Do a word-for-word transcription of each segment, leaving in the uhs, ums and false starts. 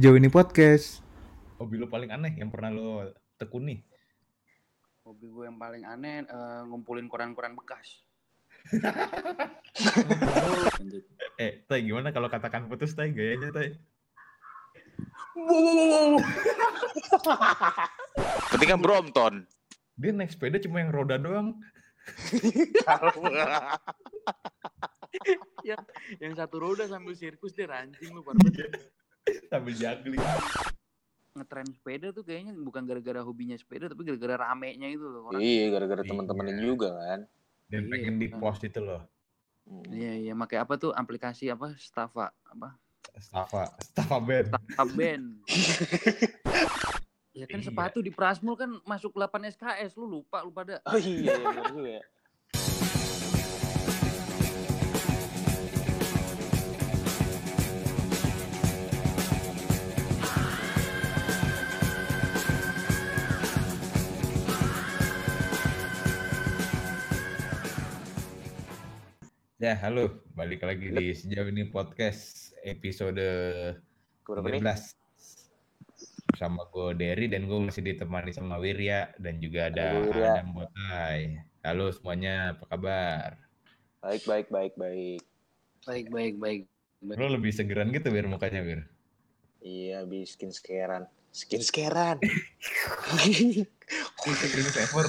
sejauh ini podcast. Hobi lo paling aneh yang pernah lo tekuni? Hobi gue yang paling aneh uh, ngumpulin koran-koran bekas. eh, Tay, gimana kalau katakan putus, Tay? Gayanya, Tay. Ketika Brompton. Dia naik sepeda cuma yang roda doang. yang, yang satu roda sambil sirkus dia ranting lu parah. Sambil juggling. Ngetren sepeda tuh kayaknya bukan gara-gara hobinya sepeda tapi gara-gara ramenya itu loh orang. Iya, gara-gara teman-temannya Iya. juga kan. Dan Iya, pengen di kan. post itu loh. Hmm. Iya iya pakai apa tuh aplikasi apa Strava apa? Strava, Strava Band. Strava Band. Ya kan Iya. sepatu di Prasmul kan masuk delapan S K S lu lupa lu pada. Oh iya, benar juga ya. Ya, halo. Balik lagi di Sejauh Ini Podcast episode Berapa tiga nih? belas. Bersama gue Derry dan gue masih ditemani sama Wirya dan juga ada Halo, Wirya. Adam Botai. Halo semuanya, apa kabar? Baik, baik, baik, baik. Baik baik baik. baik. Lo lebih segeran gitu Wir mukanya Wir. Iya, habis skin scarean. Skin scarean. Screen saver.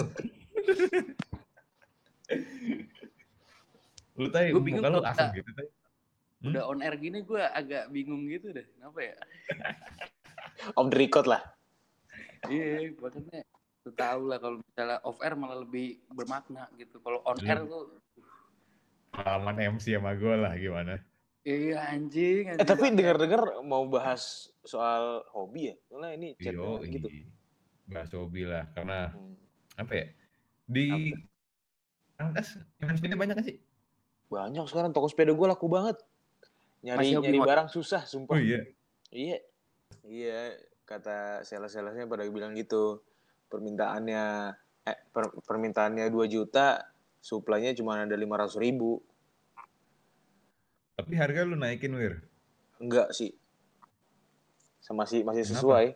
Lu Tay, Gua bingung muka lu kalau asem udah- gitu Tay. Hmm? Udah on air gini gue agak bingung gitu deh. Kenapa ya? Off the record lah. Iya, makanya lu tahu lah kalau misalnya off air malah lebih bermakna gitu. Kalau on Lu- air tuh Pengalaman M C sama gue lah gimana? iya anjing, anjing. Eh, tapi dengar-dengar mau bahas soal hobi ya? Soalnya ini chatnya Yo, gitu. bahas hobi lah karena Hmm. apa ya? Di Angkas yang sepeda banyak gak sih? Banyak sekarang toko sepeda gue laku banget. Nyari Masih hobi nyari motor? barang susah, sumpah. Oh iya. Iya. Iya, kata sales-salesnya pada bilang gitu. Permintaannya eh per- permintaannya dua juta, supply-nya cuma ada lima ratus ribu. Tapi harga lu naikin Wir. Enggak sih. Sama sih masih Kenapa? sesuai.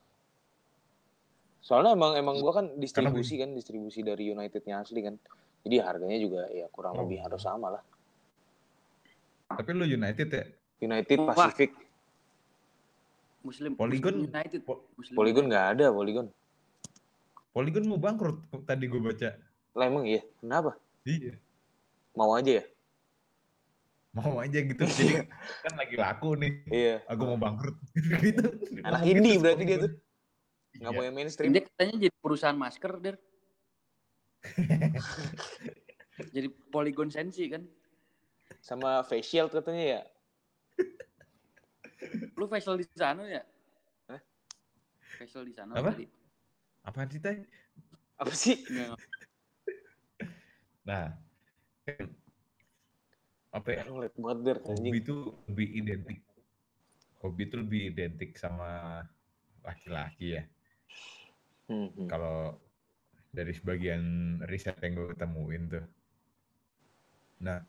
Soalnya emang emang gua kan distribusi kan, distribusi dari Unitednya asli kan. Jadi harganya juga ya kurang Oh. lebih harus sama lah. Tapi lu United ya? United Wah. Pacific, Muslim Polygon- Muslim United. Po- Muslim Polygon nggak ada Polygon. Polygon mau bangkrut tadi gue baca. Lah emang iya. Kenapa? Iya. Mau aja ya? Mau aja gitu. Jadi kan lagi laku nih. Iya. Aku mau bangkrut. gitu. Anak Ngomong indie gitu berarti dia Polygon. tuh. Nggak Iya. mau yang mainstream. Dia katanya jadi perusahaan masker, Der. Jadi Polygon Sensi kan. Sama face shield katanya ya. Lu facial di sana ya? Hah? Facial di sana Apa? tadi. Apaan sih Tay? Apa sih? Nggak, Nah, kan, apa ya? Lu liat banget Der, Hobi anjing. itu lebih identik. Hobi itu lebih identik sama laki-laki ya. Hmm, hmm. Kalau dari sebagian riset yang gue ketemuin tuh. Nah,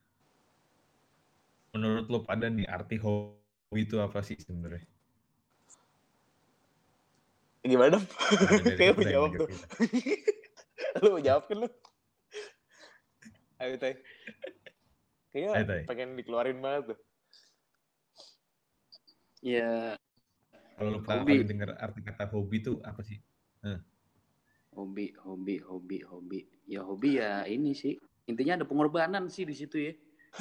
menurut lo pada nih arti hobi itu apa sih sebenarnya? Gimana dong? Ada dari Kayak kita mau yang jawab ngajak tuh. kita. Lu mau jawab kan lu? Ayo Tay. Kayaknya Ayo, Tay. pengen dikeluarin banget tuh. ya Kalau lo pertama Hobi. kali dengar arti kata hobi itu apa sih? hobi, hobi, hobi, hobi. Ya hobi ya ini sih. Intinya ada pengorbanan sih di situ ya.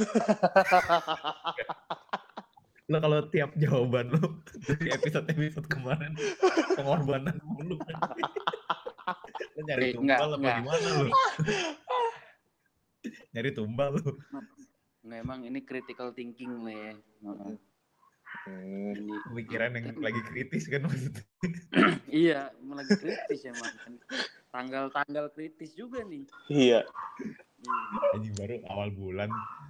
Lo kalau tiap jawaban lo dari episode-episode kemarin pengorbanan mulu. Lo nyari Eh, tumbal enggak, apa enggak. gimana lo? Nyari tumbal lo. Nggak, emang ini critical thinking lah ya. Heeh. Hmm. Ini Pemikiran yang lagi kritis kan maksudnya. iya, emang lagi kritis emang. Tanggal-tanggal kritis juga nih. Iya. Hmm, Ini baru awal bulan.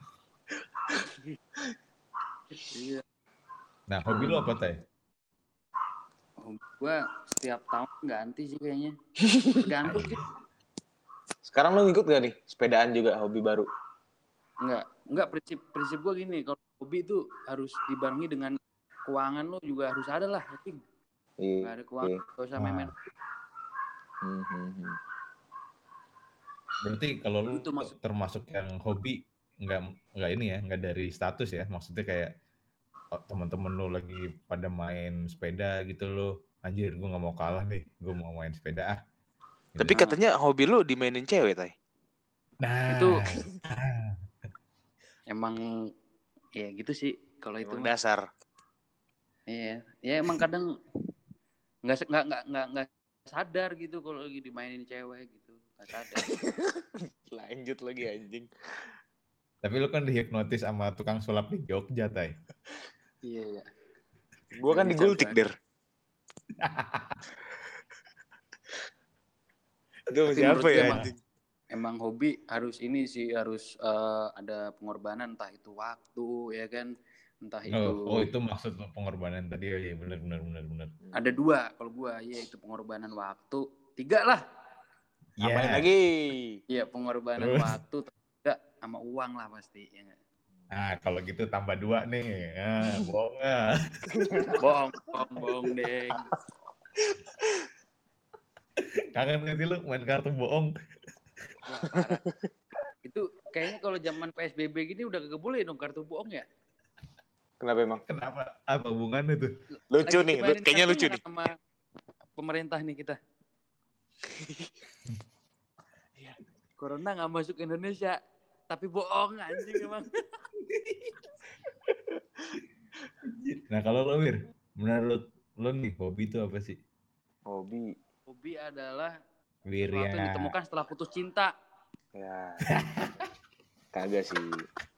Iya. Nah, hobi lo apa, Tay? Hobi gua setiap tahun ganti sih kayaknya. Tergantung sih. Sekarang lu ngikut gak nih? Sepedaan juga hobi baru. Enggak, enggak prinsip prinsip gua gini, kalau hobi itu harus dibarengi dengan keuangan lu juga harus ada lah, anjing. Iya. Nggak ada keuangan, nggak usah main-main. Hmm, hmm, hmm. Berarti kalau lu Itu maksud- termasuk yang hobi nggak nggak ini ya, nggak dari status ya, maksudnya kayak oh, teman-teman lu lagi pada main sepeda gitu lo, anjir gue nggak mau kalah nih, gue mau main sepeda ah. Gitu. Tapi katanya hobi lu dimainin cewek, Tay. Nah, Itu emang ya gitu sih kalau itu Emang mah. dasar. Iya, ya emang kadang nggak se- nggak nggak nggak nggak sadar gitu kalau lagi dimainin cewek gitu, nggak sadar. Lanjut lagi anjing. tapi lu kan dihipnotis sama tukang sulap di Jogja, Tay. Iya, iya. Gua kan Bisa, digultik, Bang. Der. Itu Tapi siapa menurut ya gue emang, anjing? emang hobi harus ini sih, harus eh, ada pengorbanan, entah itu waktu ya kan, entah itu Oh, oh itu maksud lo pengorbanan tadi, oh iya benar benar benar benar. ada dua kalau gua, ya itu pengorbanan waktu, tiga lah. Tambahin Iya. lagi. Iya, pengorbanan Terus? waktu, tiga sama uang lah pasti. Ya nggak? Nah, kalau gitu tambah dua nih. Ah, bohong ah. Bohong, bohong, bohong deng. Kangen nggak sih lu main kartu bohong? Wah, parah. Itu kayaknya kalau zaman P S B B gini udah kagak boleh dong kartu bohong ya. Kenapa emang? Kenapa? Apa hubungannya tuh? Lucu Lagi nih, dimainin kayaknya kartu lucu nggak nih. sama pemerintah nih kita. Corona nggak masuk Indonesia, tapi bohong anjing emang. Nah, kalau lo, Wir, menurut lo nih hobi itu apa sih? Hobi. Hobi adalah Wir sesuatu yang ya. ditemukan setelah putus cinta. Ya. Kagak sih.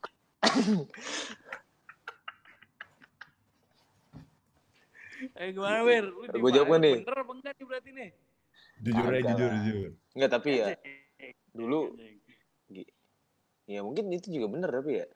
Eh gimana Wir? Lu Gua jawab dimana? kan nih? Bener apa enggak nih berarti nih? Jujur aja, Kagak jujur, lah. jujur. Enggak, tapi ya Anjing. dulu Anjing. gi- ya mungkin itu juga bener tapi ya.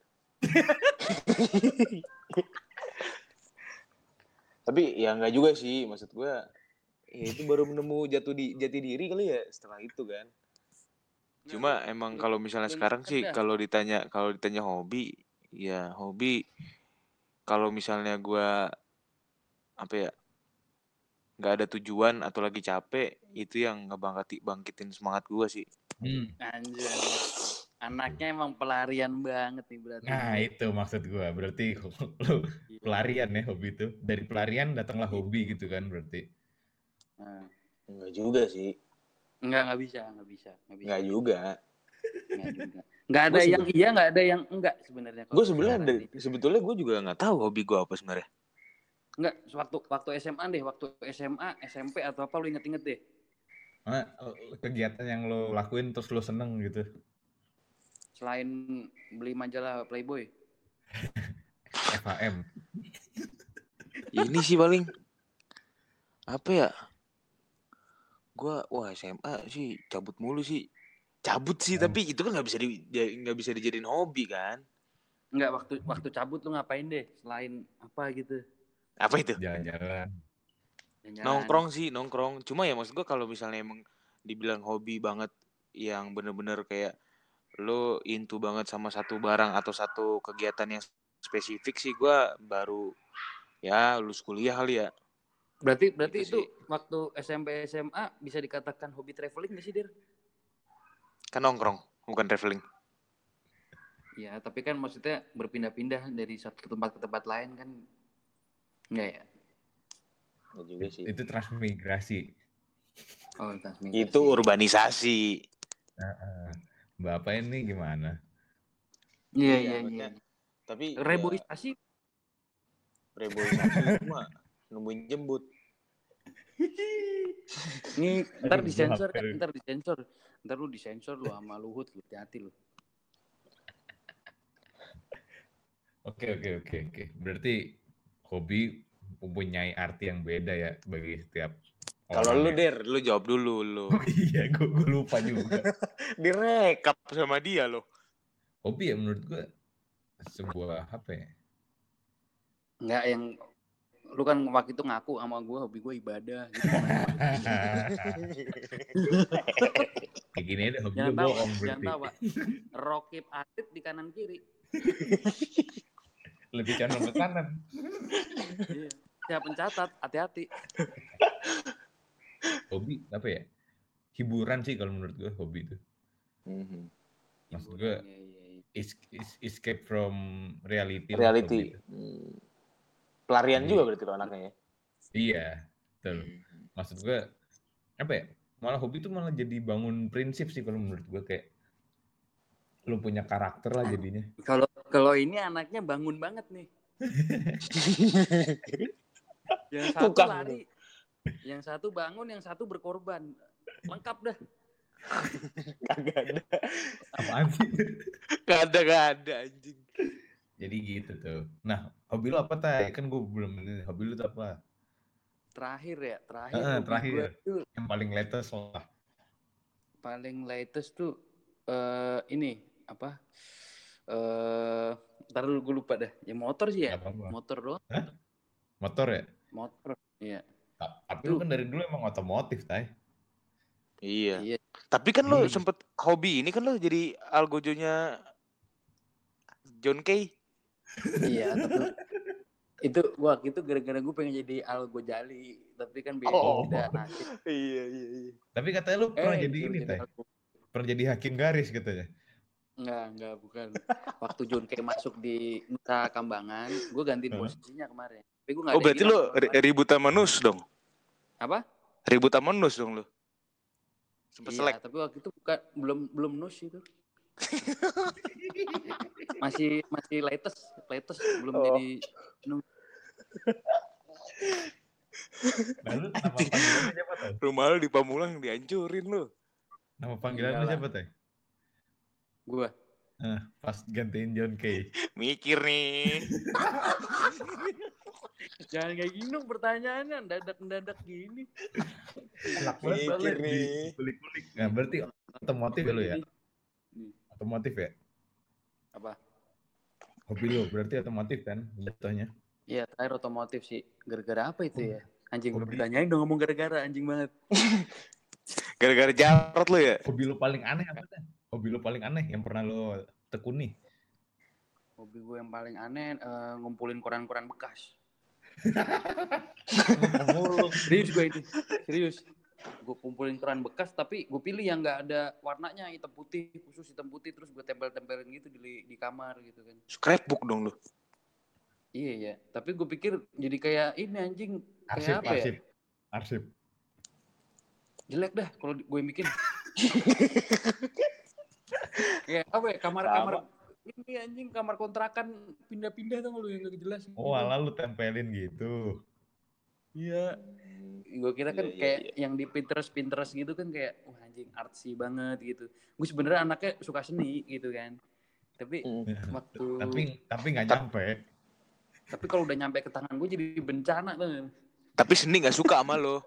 Tapi ya enggak juga sih, maksud gua ya itu baru menemu jatuh di jati diri kali ya setelah itu kan. Cuma emang kalau misalnya sekarang sih kalau ditanya kalau ditanya hobi, ya hobi kalau misalnya gua apa ya nggak ada tujuan atau lagi capek itu yang ngebangkiti bangkitin semangat gua sih. Hmm. Anjir. Anaknya emang pelarian banget nih berarti. Nah, itu maksud gua. Berarti lo pelarian ya hobi itu. Dari pelarian datanglah hobi gitu kan berarti. Nah, Enggak juga sih. enggak enggak bisa, enggak bisa, enggak bisa. Enggak juga. Enggak juga. Enggak ada Gua yang iya, enggak ada yang enggak sebenarnya. Gue sebenarnya sekarang ada- ini. sebetulnya gue juga nggak tahu hobi gue apa sebenarnya. Enggak, waktu waktu S M A deh, waktu S M A, S M P atau apa lu inget-inget deh. Nah, kegiatan yang lo lakuin terus lo seneng gitu. Selain beli majalah Playboy. F H M. Ini sih paling apa ya? Gua wah S M A sih cabut mulu sih. Cabut sih Hmm. tapi itu kan nggak bisa di nggak bisa dijadiin hobi kan? Enggak, waktu waktu cabut lu ngapain deh selain apa gitu? Apa itu? Jalan-jalan. Jalan-jalan. Nongkrong sih nongkrong. Cuma ya maksud gua kalau misalnya emang dibilang hobi banget yang bener-bener kayak lo into banget sama satu barang atau satu kegiatan yang spesifik sih gua baru ya lulus kuliah kali ya. Berarti berarti Gitu itu waktu S M P S M A bisa dikatakan hobi traveling nggak sih, Dir? Kan nongkrong bukan traveling. Ya, tapi kan maksudnya berpindah-pindah dari satu tempat ke tempat lain kan enggak ya? Enggak juga sih. Itu transmigrasi. Oh, transmigrasi. Itu urbanisasi. Nah, Bapak ini gimana? Iya, Iya, iya, iya. maksudnya. Tapi Reboisasi. ya, reboisasi cuma nemuin jembut. Nih, ntar Aduh, disensor gua kan, hampir. ntar disensor. Ntar lu disensor lu sama Luhut, lu hati-hati lu. Oke, oke, oke, oke. Berarti hobi mempunyai arti yang beda ya bagi setiap Kalau orang lu ya. Der, lu jawab dulu lu. Oh iya, gue lupa juga. Direkap sama dia lo. Hobi ya menurut gue sebuah apa ya? Enggak yang lu kan waktu itu ngaku sama gue hobi gue ibadah gitu. Kayak gini aja hobi Jangan gue tahu, bohong jangan berarti. tahu, Pak. Rokib atlet di kanan kiri. Lebih condong ke kanan. Iya. Siap pencatat, hati-hati. Hobi apa ya? Hiburan sih kalau menurut gue hobi itu. Mhm. Maksud gue Hiburan, ya, ya, ya. is, is- escape from reality, lah, hobi Reality. itu. Hmm. Pelarian Jadi juga berarti lo anaknya ya. iya, betul. Mhm. Maksud gue apa ya? Malah hobi itu malah jadi bangun prinsip sih kalau menurut gue, kayak lu punya karakter lah jadinya. Kalau kalau ini anaknya bangun banget nih. Yang satu Tukang lari, yang satu bangun, yang satu berkorban. Lengkap dah. Kagak ada. Apaan sih? Gak ada, gak ada anjing. Jadi gitu tuh. Nah, hobi lu apa, Tay? Kan gue belum ini. Hobi lu tuh apa? Terakhir ya, terakhir Heeh, hobi terakhir. gue tuh Yang paling latest lah. paling latest tuh eh ini apa? Eh, ntar dulu gue lupa dah. Ya motor sih ya, Gak apa-apa. motor doang. Hah? Motor ya? Motor, iya. Ta- Tapi lu Tuh, kan dari dulu emang otomotif, Tay. Iya. iya, Tapi kan lo Dulu. sempet hobi ini kan lo jadi algojonya John Kay. iya. Tapi itu waktu itu gara-gara gue pengen jadi Al Ghazali, tapi kan beda Oh. nasib. Iya, iya, iya. Tapi katanya lu pernah Eh, jadi disuruh ini, jadi Tay. Al Ghazali. Pernah jadi hakim garis katanya. Enggak, enggak, bukan. Waktu John Kay masuk di Nusa Kambangan, gue gantiin Hah? posisinya kemarin. Tapi gue nggak Oh ada yang berarti bilang lo sama ri- orang lain. ribut sama Nus dong? Apa? Ribut sama Nus dong lo? Sempet Iya, selek? tapi waktu itu bukan belum belum nus itu. Masih masih latest, latest belum Oh. jadi nus. Lalu nama panggilannya siapa, Tay? Rumah lo di Pamulang dihancurin lo. Nama panggilan lu Enggak lah. siapa, Tay? Gua. Nah, pas gantiin John Kay. Mikir nih. Jangan kayak gini dong pertanyaannya, mendadak-mendadak gini. Enak banget Mikir soalnya nih. dikulik-kulik. Nah, berarti otomotif ya lu ya? Nih, Otomotif ya? apa? Hobi lu berarti otomotif kan jatuhnya? Iya, terakhir otomotif sih. Gara-gara apa itu ya? Anjing, udah Hobi. pertanyain dong ngomong gara-gara, anjing banget. Gara-gara Jarot lo ya? Hobi lu paling aneh apa, Tay? Hobi lu paling aneh yang pernah lu tekuni? Hobi gue yang paling aneh eh, ngumpulin koran-koran bekas. Serius gue ini, serius. Gue kumpulin koran bekas, tapi gue pilih yang nggak ada warnanya, hitam putih, khusus hitam putih, terus gue tempel-tempelin gitu di di kamar gitu kan. Scrapbook dong lo. Iya ya, tapi gue pikir jadi kayak ini anjing, Arsip, kayak apa ya? arsip, arsip. Jelek dah kalau gue bikin. Kayak apa ya, kamar-kamar ini anjing, kamar kontrakan pindah-pindah tuh lu yang gak jelas. Oh, gitu. ala lu tempelin gitu. Iya. Gue kira kan Iya, iya, kayak iya. yang di Pinterest Pinterest gitu kan kayak wah anjing artsy banget gitu. Gue sebenarnya anaknya suka seni gitu kan. Tapi Hmm. waktu Tapi tapi nggak nyampe. tapi kalau udah nyampe ke tangan gue jadi bencana tuh. Tapi seni gak suka sama lo.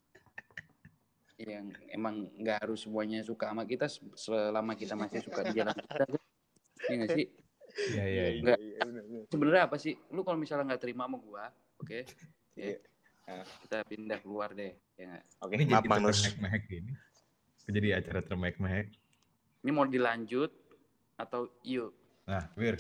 Yang emang nggak harus semuanya suka sama kita selama kita masih suka di jalan kita. Iya nggak sih? Iya, iya, iya. Nggak. Sebenarnya apa sih? Lu kalau misalnya nggak terima sama gue, oke? Iya. Ya, kita pindah keluar deh, ya nggak? Oke, Ini maaf jadi Mang Nus. termehek-mehek gini. Jadi acara termehek-mehek. Ini mau dilanjut atau yuk? Nah, Wir.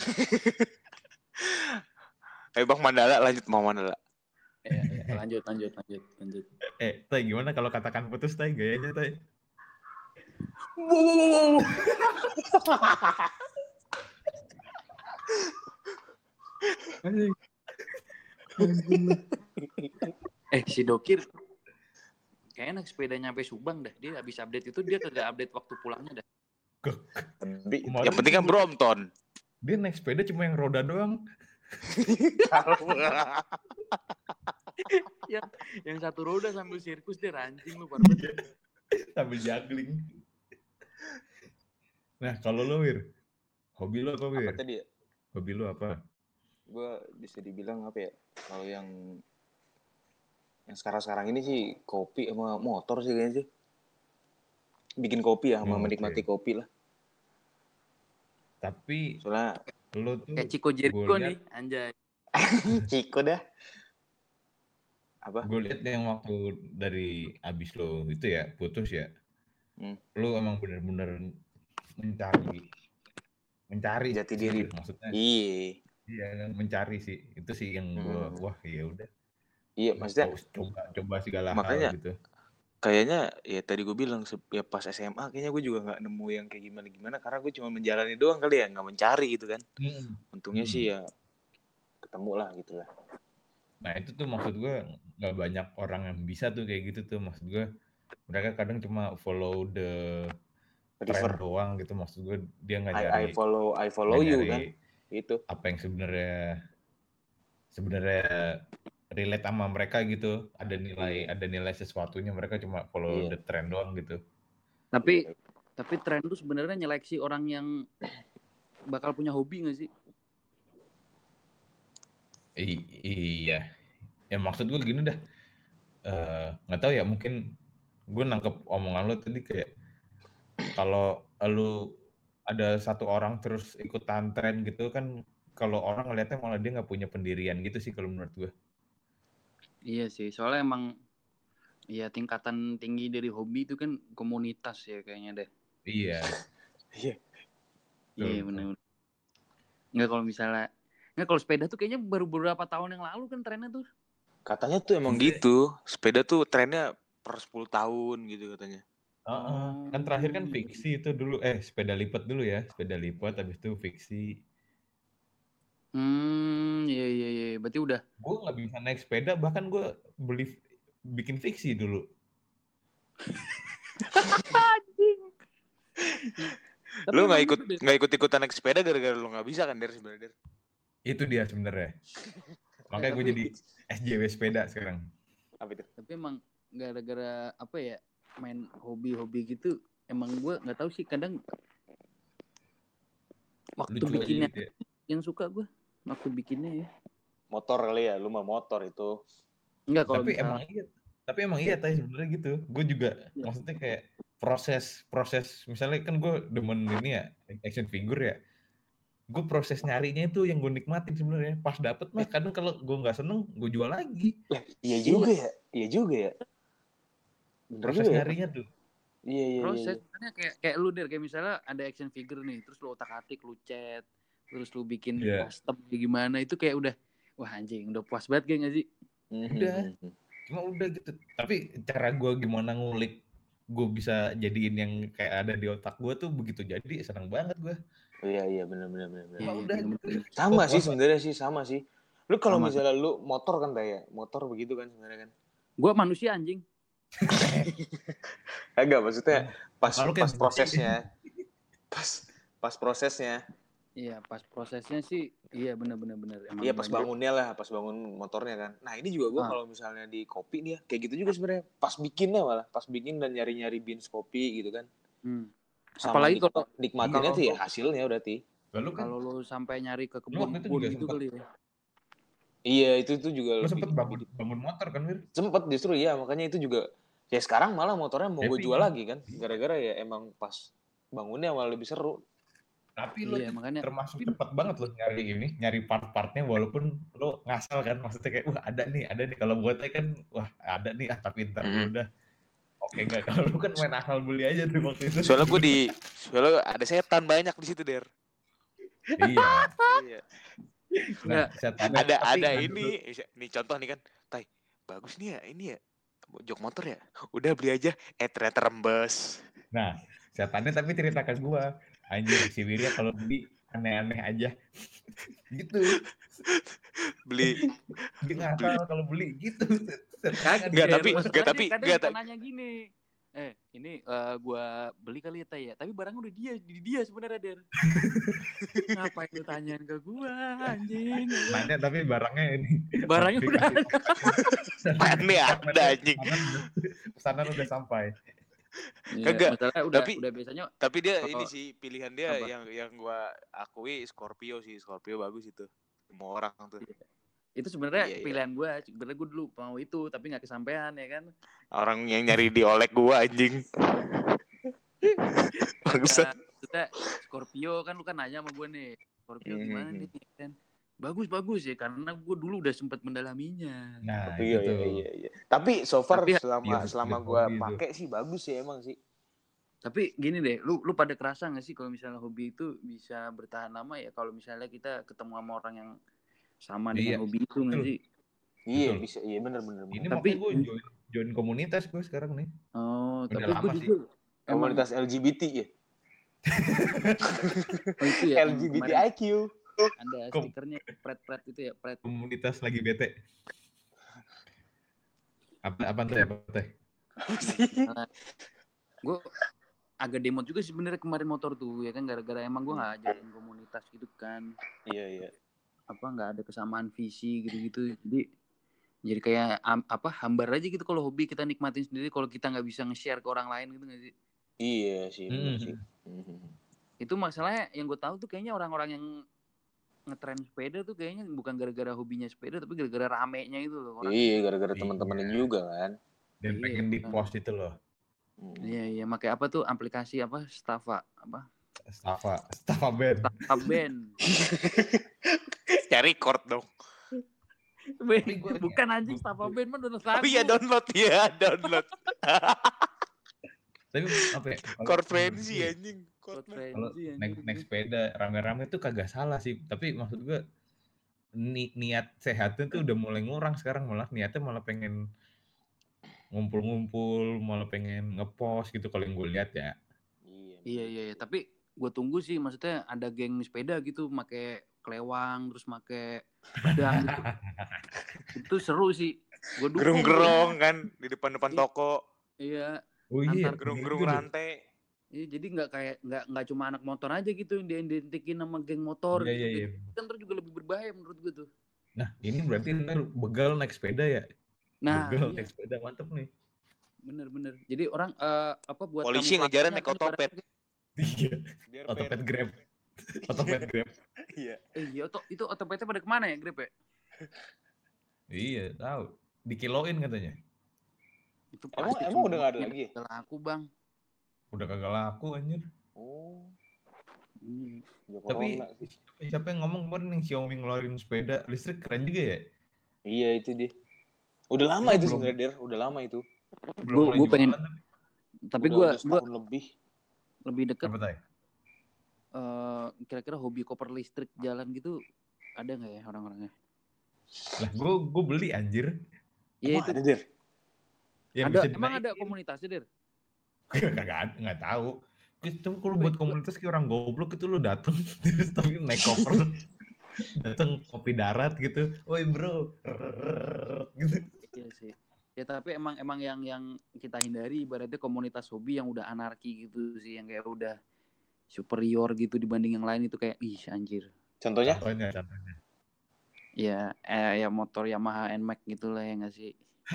Ayo Bang Mandala lanjut mau Mandala. Ya, ya, lanjut, lanjut, lanjut, lanjut. Eh, Tay, gimana kalau katakan putus, Tay? Gayanya, Tay. Wow, wow, wow. Eh, si Dokir kayaknya naik sepeda nyampe Subang dah. Dia habis update itu dia kagak update waktu pulangnya dah. Tapi Kemarin yang penting kan gua- Brompton. Dia naik sepeda cuma yang roda doang. yang yang satu roda sambil sirkus dia ranjing lu parah banget. Sambil juggling. Nah, kalau lo, Wir, hobi lo apa, Wir? Apa tadi ya? Hobi lo apa? Gue bisa dibilang apa ya? Kalau yang yang sekarang-sekarang ini sih kopi sama motor sih kayaknya sih. Bikin kopi ya, sama Oh, menikmati oke. kopi lah. Tapi Soalnya lo tuh Kayak Chico Jericho gua nih, liat- anjay. Ciko dah. Apa? gue lihat yang waktu dari abis lo itu ya putus ya, Hmm. lo emang bener-bener mencari mencari Jati sih, diri. maksudnya Iya. Iya, mencari sih. Itu sih yang gua, Hmm. wah ya udah. Iya, maksudnya Coba coba segala makanya hal gitu. kayaknya ya tadi gue bilang ya pas S M A kayaknya gue juga nggak nemu yang kayak gimana gimana karena gue cuma menjalani doang kali ya, nggak mencari gitu kan. Hmm. Untungnya Hmm. sih ya ketemu lah gitu lah. Nah itu tuh maksud gue nggak banyak orang yang bisa tuh kayak gitu tuh, maksud gue mereka kadang cuma follow the trend River. doang gitu, maksud gue dia nggak I, I nyari follow I follow nggak you nyari kan itu. apa yang sebenarnya sebenarnya relate sama mereka gitu, ada nilai Iya. ada nilai sesuatunya, mereka cuma follow Iya. the trend doang gitu. Tapi Iya. tapi tren tuh sebenarnya nyeleksi orang yang bakal punya hobi nggak sih? I- iya, ya maksud gue gini dah, eh, nggak tahu ya, mungkin gue nangkep omongan lo tadi kayak kalau lu ada satu orang terus ikutan tren gitu kan, kalau orang ngeliatnya malah dia nggak punya pendirian gitu sih kalau menurut gue. Iya sih, soalnya emang ya tingkatan tinggi dari hobi itu kan komunitas ya kayaknya deh. Iya. Iya. Iya benar. Nggak kalau misalnya nggak kalau sepeda tuh kayaknya baru beberapa tahun yang lalu kan trennya tuh. Katanya tuh emang Sebenernya, gitu. Sepeda tuh trennya per sepuluh tahun gitu katanya. uh-uh. Oh. Kan terakhir kan fiksi itu dulu, eh sepeda lipat dulu ya, sepeda lipat habis itu fiksi. Hmm, iya iya iya, berarti udah. Gue nggak bisa naik sepeda, bahkan gue beli bikin fiksi dulu. Anjing. Lu nggak ikut nggak ikut ikutan naik sepeda gara-gara lu nggak bisa kan Der sebenarnya Der? Itu dia sebenarnya. Makanya gue jadi S J W sepeda sekarang. Apa itu? Tapi emang gara-gara apa ya, main hobi-hobi gitu, emang gue nggak tahu sih kadang waktu Lucu bikinnya aja gitu ya. yang suka gue waktu bikinnya ya. Motor kali ya, lu mah motor itu. Enggak kalau Tapi misalnya, emang iya, tapi emang iya tadi sebenarnya gitu. Gue juga ya. Maksudnya kayak proses proses misalnya kan gue demen ini ya action figure ya. Gue proses nyarinya itu yang gue nikmatin sebenarnya. Pas dapet mah kadang kalau gue nggak seneng gue jual lagi. Lah, iya juga ya, iya juga ya. Bener Proses juga ya. nyarinya tuh. Iya iya Proses, iya. makanya kayak kayak lu Der, kayak misalnya ada action figure nih, terus lu otak-atik, lu cat, terus lu bikin Iya. custom gimana, itu kayak udah wah anjing, udah puas banget kayak nggak sih? Udah, cuma udah gitu. Tapi cara gue gimana ngulik gue bisa jadiin yang kayak ada di otak gue tuh begitu jadi senang banget gue. Iya iya benar benar benar. Iya, Cuma iya, udah bener, gitu. bener. Sama Oh, sih puas, sebenarnya sih sama sih. Lu kalau Sama. misalnya lu motor kan ya, motor begitu kan sebenarnya kan. Gue manusia anjing. Agak maksudnya pas Lalu pas kayak prosesnya. Pas pas prosesnya. Iya, pas prosesnya sih, iya benar-benar benar. Iya pas bangunnya lah, pas bangun motornya kan. Nah ini juga gue Ah. kalau misalnya di kopi nih ya, kayak gitu juga sebenarnya. Pas bikinnya malah, pas bikin dan nyari-nyari beans kopi gitu kan. Hmm. Sama Apalagi nikma, kalau nikmatinnya iya, tuh ya hasilnya berarti. Lalu kan, kalau lu sampai nyari ke lu waktu itu kebun-kebun juga gitu sempet, kali ya. Iya itu itu juga lu lebih, sempet bangun bangun motor kan Wir? Sempet justru ya, makanya itu juga. Ya sekarang malah motornya mau gue Happy jual kan? lagi kan, gara-gara ya emang pas bangunnya malah lebih seru. Tapi lo Iya, makanya termasuk cepat banget lo nyari ini, nyari part-partnya walaupun lo ngasal kan, maksudnya kayak wah ada nih, ada nih. Kalau buatnya kan wah ada nih, ah tapi ntar dulu dah. Oke enggak, kalau lu kan main asal beli aja tuh waktu itu. Soalnya gue di, soalnya ada setan banyak di situ Der. Iya. Iya. Nah, setannya Ada tapi ada nggak ini, nih contoh nih kan, Tai, bagus nih ya ini ya, jok motor ya, udah beli aja, eh ternyata rembes. Nah, setannya tapi cerita ke gua, anjir si Wirya kalau beli aneh-aneh aja. Gitu. Beli Dia ngasal kalau beli gitu. Kaget, Nggak, tapi- masalahnya nggak, tapi- kadang nggak, suka tapi- nanya gini, eh ini uh, gua beli kali ya Tai ya, tapi barangnya udah dia di dia sebenarnya Der. Ngapain lu tanyain ke gua anjing? Nanya tapi barangnya ini. Barangnya udah ada. Aneh ada anjing. Pesanan udah sampai. Ya, Kagak, masalahnya udah tapi- udah biasanya Tapi dia Kalau- ini sih pilihan dia apa? yang yang gua akui Scorpio sih, Scorpio bagus itu. Semua orang tuh. itu sebenarnya Iya, iya. pilihan gua. Sebenarnya gua dulu mau itu tapi nggak kesampaian ya kan. Orang yang nyari di Olek gua anjing. Bangsat. Nah, maksudnya Scorpio kan lu kan nanya sama gua nih, Scorpio gimana Hmm. nih kan? Bagus bagus ya karena gua dulu udah sempat mendalaminya. Nah, Iya, itu iya, tuh. iya, iya. Tapi so far Tapi- selama Iya, selama iya, gua hobi itu. pakai sih bagus sih emang sih. Tapi gini deh, lu lu pada kerasa nggak sih kalau misalnya hobi itu bisa bertahan lama ya kalau misalnya kita ketemu sama orang yang sama dengan Iya, hobi itu nggak betul. sih? Iya Betul. bisa, iya benar benar. Ini Tapi makanya gue join join komunitas gue sekarang nih. oh, Udah tapi gue lama sih. juga emang Komunitas L G B T ya. oh itu ya L yang G B T kemarin I Q. ada Kom- stikernya pret-pret itu ya, pret. Komunitas lagi bete. Apa apa tuh apa teh? Nah, gue agak demot juga sih sebenarnya kemarin motor tuh ya kan gara-gara emang gue nggak join komunitas gitu kan. Iya iya. Apa nggak ada kesamaan visi gitu-gitu. Jadi jadi kayak am- apa hambar aja gitu kalau hobi kita nikmatin sendiri kalau kita nggak bisa nge-share ke orang lain gitu nggak sih? Iya sih benar Hmm. sih. Mhm. Itu masalahnya yang gue tahu tuh kayaknya orang-orang yang ngetren sepeda tuh kayaknya bukan gara-gara hobinya sepeda tapi gara-gara ramenya itu loh orang. Iya gara-gara Iya. teman-temannya juga kan. Dan Iya, pengen di kan. post itu loh. Hmm. Iya iya pakai apa tuh aplikasi apa Strava apa Strava, Strava band. Strava band. Cari record dong. Tapi gua- Bukan anjing Strava band mah download lagu. Oh iya download ya download. Tapi apa ya? kalau Chord menurut frenzy gue, anjing. Chord Chord frenzy. Kalau frenzy, naik anjing. naik sepeda rame-rame tuh kagak salah sih. Tapi maksud gue ni- niat sehatnya tuh udah mulai ngurang sekarang, malah niatnya malah pengen ngumpul-ngumpul, malah pengen ngepost gitu kalau yang gue lihat ya. Iya Iya iya iya. Tapi gue tunggu sih maksudnya ada geng sepeda gitu make kelewang terus make pedang gitu. Itu seru sih. Gue dukung. Gerung-gerong kan di depan-depan Iya. toko. Iya. Oh iya, Antar Gerung-gerung gitu deh. rantai. Iya, jadi nggak kayak nggak nggak cuma anak motor aja gitu yang diidentikin sama geng motor Iya, gitu. iya, iya. Kan terus juga lebih berbahaya menurut gue tuh. Nah, ini berarti ntar begal naik sepeda ya? Nah, Begal iya, naik sepeda mantep nih. bener-bener. Jadi orang eh, apa buat Polisi kamuflasenya ngejarnya naik kan otopet. ibaratnya- Iya, Biar otopet fair. Grab. Otopet Grab. Iya. Eh, iya, oto, itu otopetnya pada kemana ya, Grab ya? Iya, tahu. Dikiloin katanya. Itu Emang plastik emang udah semua. nggak ada lagi ya? Udah laku, Bang. Udah kagak laku anjir. Oh. Hmm. Ya Tapi corona sih. siapa yang ngomong kemarin yang Xiaomi ngeluarin sepeda listrik keren juga ya? Iya itu dia. Udah lama Cuma itu belum- sebenarnya, Der. Udah lama itu. Belum Gua- mulai gua pengen- jualan, tapi Tapi udah, gue udah setahun lebih. lebih deket apa tay? eh, kira-kira hobi koper listrik jalan gitu ada nggak ya orang-orangnya? Lah, gue gue beli anjir. Iya Emang itu ada, Der? Yang ada. bisa Emang ada dinaikin. komunitasnya, Der? Kagak ada, nggak tahu. Itu kalau buat komunitas kayak orang goblok itu lu dateng terus tapi naik koper, dateng kopi darat gitu. Woi bro, gitu. Iya sih. Ya tapi emang emang yang yang kita hindari ibaratnya komunitas hobi yang udah anarki gitu sih, yang kayak udah superior gitu dibanding yang lain itu kayak ih anjir. Contohnya? Contohnya, contohnya. Ya eh ya motor Yamaha N M A X gitu lah ya nggak sih.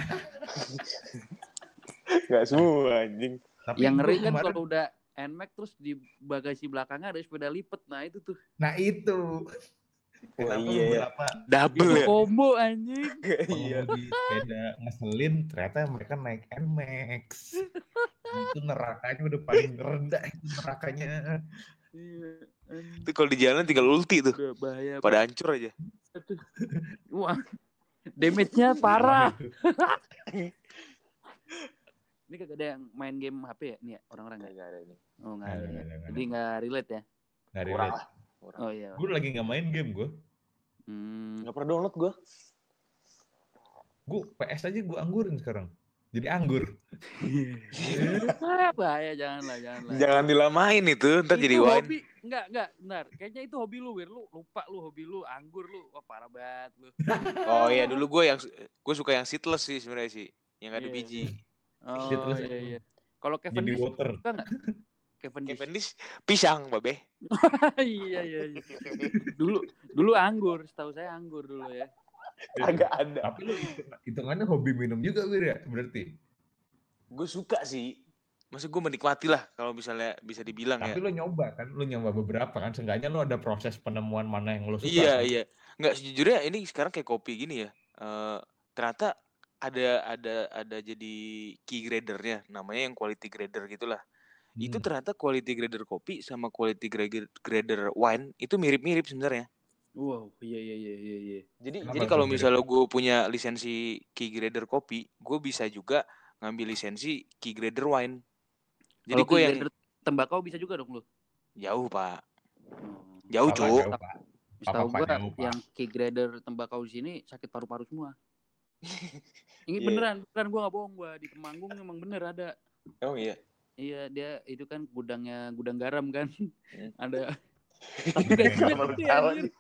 Gak semua anjing. Tapi Yang ngeri gua kan kemarin- kalau udah N M A X terus di bagasi belakangnya ada sepeda lipat. Nah itu tuh. Nah itu. Wah, Kenapa iya ya. beberapa Double ya. Combo anjing. Iya. pengemudi sepeda ngeselin ternyata mereka naik N Max. Itu nerakanya udah paling rendah itu nerakanya. Iya. anjing. Itu kalau di jalan tinggal ulti tuh. Udah bahaya. Pada hancur aja. Aduh. Wah. Damage-nya parah. Ini kagak ada yang main game H P ya? Nih ya, orang-orang nggak? Gak ada ini. Oh nggak Nggak ada. ada, ya. nggak ada, Jadi nggak relate ya? Nggak Kurang relate. lah. Kurang. Oh iya. Gue lagi nggak main game gue. Hmm. Gak pernah download gue. Gue P S aja gue anggurin sekarang. Jadi anggur. Ah, bahaya janganlah, janganlah. Jangan dilamain itu. Ntar Itu jadi wine. hobi, enggak, enggak, benar. Kayaknya itu hobi lu, Wir. Lu lupa lu hobi lu anggur lu. Wah, parah banget lu. Oh iya dulu gue yang gue suka yang seedless sih sebenarnya sih. Yang ada Iya. biji. Oh Terus iya iya. Kalau Kevin jadi Dish water. suka enggak? Kevin Dish. Cavendish pisang, babe. iya iya iya. Dulu dulu anggur, setahu saya anggur dulu ya. Agak ada. Tapi lu hitung- hitungannya hobi minum juga Wir ya berarti. Gue suka sih. Maksud gue menikmati lah kalau misalnya bisa dibilang Tapi ya. lu nyoba kan, lu nyoba beberapa kan, seenggaknya lu ada proses penemuan mana yang lu suka. Iya kan? iya. Nggak sejujurnya ini sekarang kayak kopi gini ya. Eh ternyata ada ada ada jadi key gradernya, namanya yang quality grader gitulah. Itu Hmm. ternyata quality grader kopi sama quality grader grader wine itu mirip-mirip sebenarnya. Wow, iya iya iya iya iya. Jadi Kenapa jadi tuh kalau mirip? misalnya gue punya lisensi key grader kopi, gue bisa juga ngambil lisensi key grader wine. Jadi Kalau gue key yang grader tembakau bisa juga dong lu. jauh pak, Hmm. jauh Papa cuk. jauh, Pak. Setahu Papa gua jauh, Pak. yang key grader tembakau di sini sakit paru-paru semua. Ini Iya. beneran, beneran gua nggak bohong, gua di Temanggung emang bener ada. Oh iya. Iya, dia itu kan gudangnya gudang garam kan. Hmm. Ada. Tapi gajinya Kenapa lu gede tahu anjir.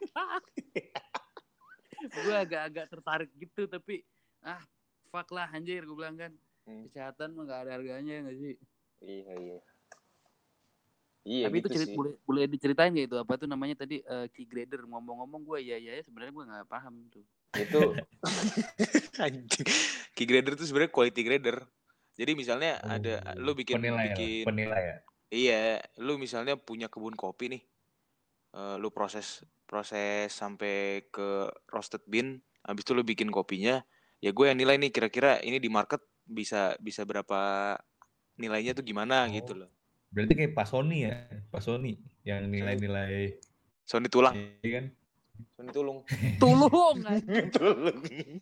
Gua agak-agak tertarik gitu tapi ah fuck lah anjir gua bilang kan. Hmm. Kesehatan mah gak ada harganya nggak sih? Iya iya. Iya Tapi gitu itu cerit, sih. boleh boleh diceritain nggak itu apa tuh namanya tadi uh, key grader ngomong-ngomong gue ya ya sebenarnya gue nggak paham tuh. Itu anjing. Key grader itu sebenarnya quality grader. Jadi misalnya Oh, ada lu bikin penilai lah, bikin penilai ya. Iya, lu misalnya punya kebun kopi nih. Uh, lu proses proses sampai ke roasted bean, habis itu lu bikin kopinya. Ya gue yang nilai nih kira-kira ini di market bisa bisa berapa nilainya tuh gimana Oh, gitu loh. berarti kayak Pak Sony ya, Pak Sony yang Sony, nilai-nilai Sony tulang. iya kan? Sony tulung. Tulung anjing. Tulung.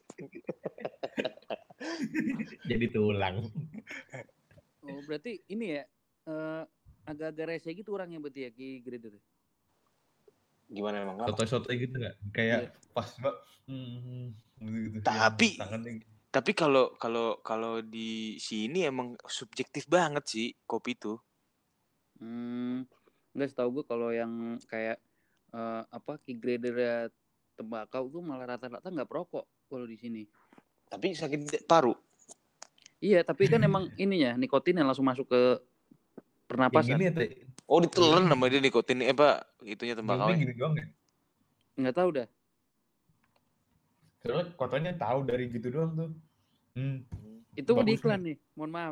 Jadi tulang. Oh, berarti ini ya uh, agak-agak rese gitu orangnya berarti ya key grader. Gimana emang? Soto-soto gitu nggak? Kayak Iya. pas banget. Hmm, gitu. Tapi Tangannya. Tapi kalau kalau kalau di sini emang subjektif banget sih kopi itu. Hmm, nggak setahu gue kalau yang kayak uh, apa key grader ya tembakau tuh malah rata-rata nggak perokok kalau di sini. Tapi sakit paru. Iya, tapi kan emang ininya nikotin yang langsung masuk ke pernapasan. Yang gini ya, Oh ditelan sama dia nikotin eh pak itunya tembakau. Gini doang ya? Nggak tahu dah. Soalnya katanya tahu dari gitu doang tuh. Hmm. Itu di Bagus iklan nih. nih, mohon maaf.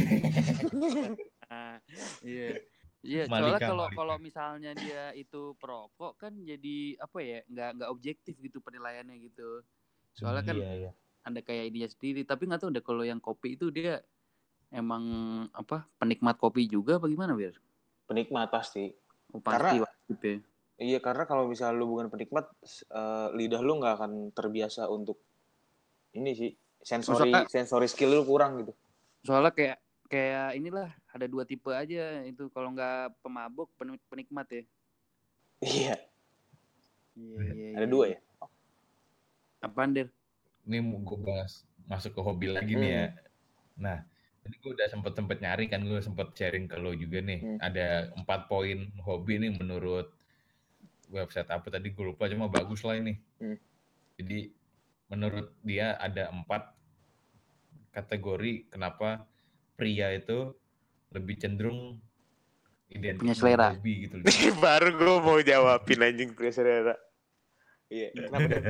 ah, iya. Iya, Malika, soalnya kalau Malika. kalau misalnya dia itu perokok kan jadi apa ya? Nggak nggak objektif gitu penilaiannya gitu. Soalnya kan Iya, iya. ada kayak dia sendiri, tapi nggak tahu deh kalau yang kopi itu dia emang apa penikmat kopi juga apa gimana biar? Penikmat pasti. Oh, pasti Karena wajib ya. iya karena kalau misalnya lu bukan penikmat uh, lidah lu nggak akan terbiasa untuk ini sih sensori Soalnya, sensori skill lu kurang gitu. Soalnya kayak kayak inilah ada dua tipe aja itu kalau nggak pemabuk penikmat ya. Iya. Iya, iya, Ada iya. dua ya. Apaan Der? Ini mau gue bahas masuk ke hobi lagi hmm. nih ya. Nah, tadi gue udah sempet sempet nyari kan, gue sempet sharing ke lo juga nih. Hmm. Ada empat poin hobi nih menurut website apa tadi gue lupa, cuma bagus lah ini. Hmm. Jadi menurut dia ada empat kategori kenapa pria itu lebih cenderung identik punya selera hobi gitu. Baru gue mau jawabin anjing punya selera. Iya, kenapa deh?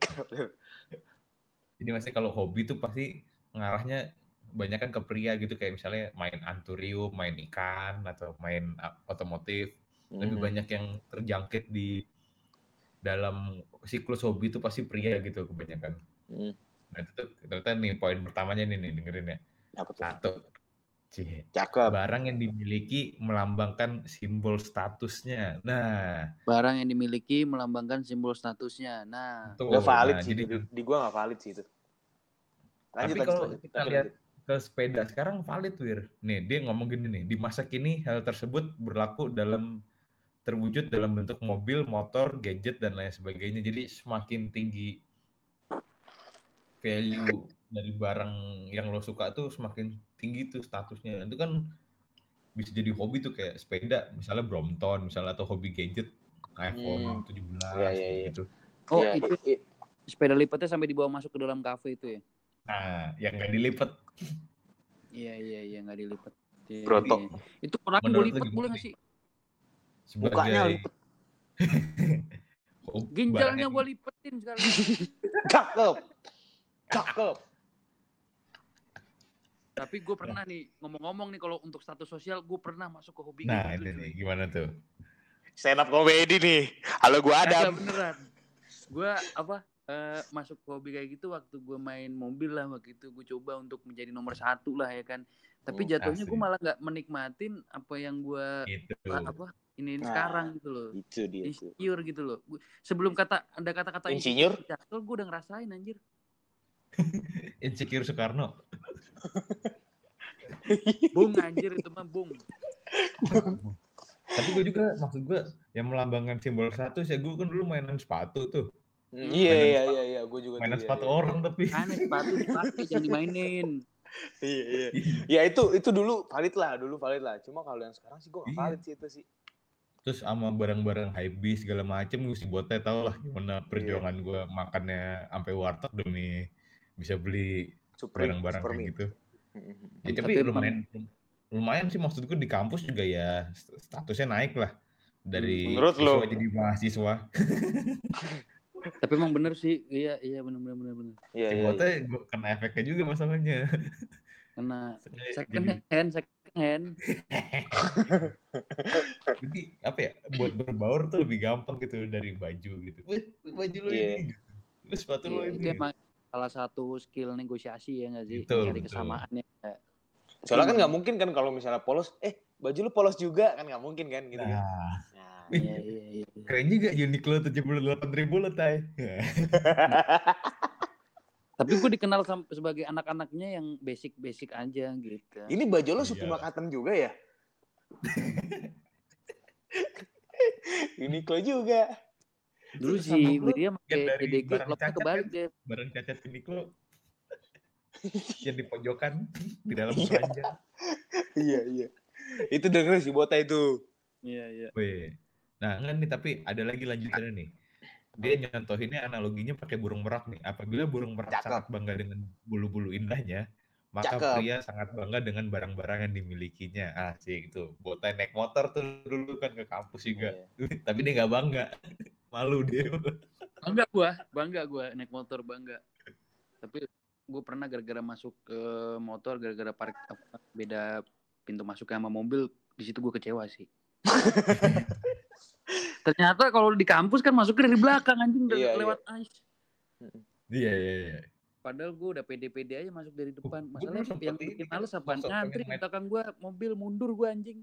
Jadi maksudnya kalau hobi tuh pasti ngarahnya banyak kan ke pria gitu, kayak misalnya main anturium, main ikan atau main otomotif. Mm-hmm. Lebih banyak yang terjangkit di dalam siklus hobi itu pasti pria gitu kebanyakan. Mm. Nah itu tuh ternyata nih poin pertamanya nih, nih dengerin ya. Apa tuh? Satu, Cih, cakep. Barang yang dimiliki melambangkan simbol statusnya. Nah, barang yang dimiliki melambangkan simbol statusnya. Nah, tuh, gak valid nah, sih. Jadi, di, di gua gak valid sih itu. Lanjut, tapi lanjut, kalau lanjut, kita lanjut, lihat lanjut. ke sepeda sekarang valid, Wir. Nih, dia ngomong gini nih, di masa kini hal tersebut berlaku dalam terwujud dalam bentuk mobil, motor, gadget dan lain sebagainya. Jadi semakin tinggi value dari barang yang lo suka tuh semakin tinggi tuh statusnya. Itu kan bisa jadi hobi tuh kayak sepeda, misalnya Brompton, misalnya atau hobi gadget iPhone hmm. tujuh belas ya, ya, ya. gitu. Oh, ya, itu ya. Sepeda lipatnya sampai dibawa masuk ke dalam kafe itu ya? Nah, yang nggak dilipat. Iya, iya, iya nggak dilipat. Brotok. Ya. Itu orang gue lipat boleh nggak sih? Sebagai... Mukanya lipat. oh, ginjalnya gue lipetin sekali. Cakep. Cakep. Tapi gue pernah nih, ngomong-ngomong nih kalau untuk status sosial, gue pernah masuk ke hobi nah, gitu. Nah, ini nih, gimana tuh? Stand up comedy nih. Halo, gue Adam. Agak beneran. Gue apa, uh, masuk ke hobi kayak gitu waktu gue main mobil lah. Waktu itu gue coba untuk menjadi nomor satu lah ya kan. Tapi jatuhnya gue malah gak menikmatin apa yang gue, uh, apa, ini nah, sekarang gitu loh. Itu dia. Insecure gitu loh. Gua, sebelum kata ada kata-kata insecure, insecure gue udah ngerasain anjir. Insecure Soekarno. Bung anjir itu mah bung. Tapi gue juga maksud gue yang melambangkan simbol status ya gue kan dulu mainan sepatu tuh. Hmm, iya Mainan iya sepatu, iya iya gue juga mainan tuh, sepatu iya, iya. orang tapi. Aneh sepatu dipakai jangan dimainin. Iya iya. Ya itu itu dulu valid lah, dulu valid lah. Cuma kalau yang sekarang sih gue nggak valid sih itu sih. Terus sama barang-barang hypebeast segala macem gue si Botai tau lah gimana perjuangan yeah. gue makannya sampai warteg demi bisa beli Supreme, barang-barang Supreme. kayak gitu. Ya, tapi, tapi lumayan lumayan sih maksud gue di kampus juga ya statusnya naik lah dari menurut siswa lo? jadi mahasiswa. Tapi emang bener sih, iya iya bener bener bener bener. Iya, si iya, Botai iya. gue kena efeknya juga masalahnya. Kena second jadi... hand, second hand. Jadi apa ya buat berbaur tuh lebih gampang gitu dari baju gitu. Wih, baju lo yeah. ini, terus sepatu yeah, lo ini. Itu emang salah satu skill negosiasi ya nggak sih, betul, mencari betul. kesamaannya. Soalnya kan nggak mungkin kan kalau misalnya polos, eh baju lu polos juga kan nggak mungkin kan gitu nah. kan. Nah, iya, iya, iya. Keren juga Uniqlo tujuh puluh delapan ribu lo tay. Tapi gue dikenal sebagai anak-anaknya yang basic-basic aja gitu. Ini baju lo Supima Cotton juga ya? Uniqlo juga. Dulu sih Widya pakai C D G, klubnya kebalik deh. Barang cacat Uniqlo yang di pojokan di dalam keranjang. Iya iya. Itu denger si Botai itu. Iya iya. Weh. Nah enggak nih tapi ada lagi lanjutannya nih. Dia nyontohinnya analoginya pakai burung merak nih. Apabila burung merak Cakep. sangat bangga dengan bulu-bulu indahnya, maka Cakep. pria sangat bangga dengan barang-barang yang dimilikinya. Asik itu. Botai naik motor tuh dulu kan ke kampus juga. Yeah. Tapi dia nggak bangga. Malu dia. Bangga gua, bangga gua naik motor bangga. Tapi gue pernah gara-gara masuk ke motor, gara-gara park beda pintu masuknya sama mobil, di situ gue kecewa sih. Ternyata kalau di kampus kan masuknya dari belakang anjing dari iya, lewat iya. ice. Iya iya iya. Padahal gue udah pede-pede aja masuk dari depan. Masalahnya yang bikin males apaan ngantri belakang gue mobil mundur gue anjing.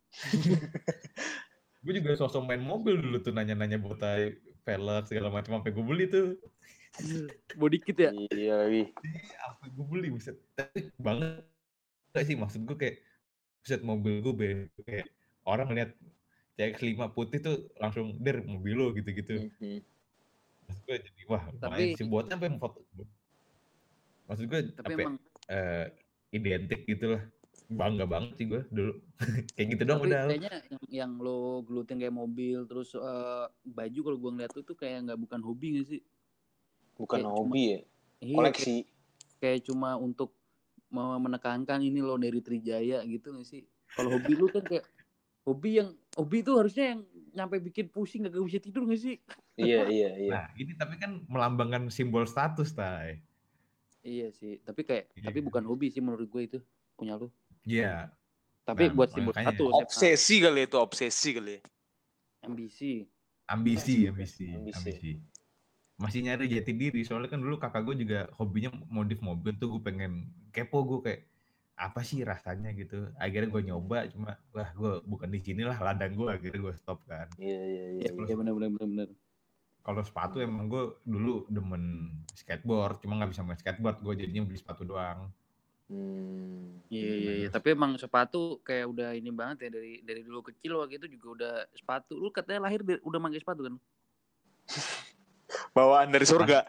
Gue juga sosok main mobil dulu tuh nanya-nanya Botai velg segala macam sampai gue beli tuh. Body kit ya? Iya iya. Sampai gue beli buset. Tapi banget gak sih maksud gue kayak buset mobil gue beda kayak orang lihat C X lima putih tuh langsung der mobil lo gitu-gitu. Mm-hmm. Maksud gue jadi wah tapi si Botai sampai foto. Maksud gue tapi apa emang uh, identik gitu lah. Bangga banget sih gue dulu. Kayak gitu dong udah. Tapi kayaknya yang, yang lo gelutin kayak mobil terus uh, baju kalau gue ngeliat tuh kayak nggak bukan hobi nggak sih? Bukan kayak hobi cuma, ya? Koleksi. Kayak, kayak cuma untuk menekankan ini lo dari Trijaya gitu nggak sih? Kalau hobi lu kan kayak hobi yang hobi itu harusnya yang nyampe bikin pusing gak bisa tidur nggak sih? Iya iya iya. Nah ini tapi kan melambangkan simbol status tay. Iya sih, tapi kayak yeah. tapi bukan hobi sih menurut gue itu punya lu. Iya. Yeah. Tapi nah, buat simbol status. Obsesi kali itu, obsesi kali. Ambisi. Ambisi, ambisi, ambisi. ambisi. Masih nyari jati diri soalnya kan dulu kakak gue juga hobinya modif mobil tuh gue pengen kepo gue kayak apa sih rasanya gitu. Akhirnya gue nyoba cuma wah gue bukan di sini lah ladang gue akhirnya gue stop kan. Iya iya iya. Iya benar benar benar. Kalau sepatu emang gue dulu demen skateboard, cuma nggak bisa main skateboard, gue jadinya beli sepatu doang. Hmm. Iya iya iya. Tapi emang sepatu kayak udah ini banget ya dari dari dulu kecil waktu itu juga udah sepatu. Lu katanya lahir udah pakai sepatu kan? Bawaan dari surga.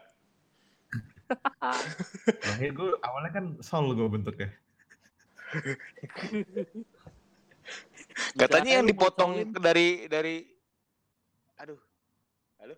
Lahir gue awalnya kan sol gue bentuknya. Katanya yang dipotong dari dari aduh. Halo?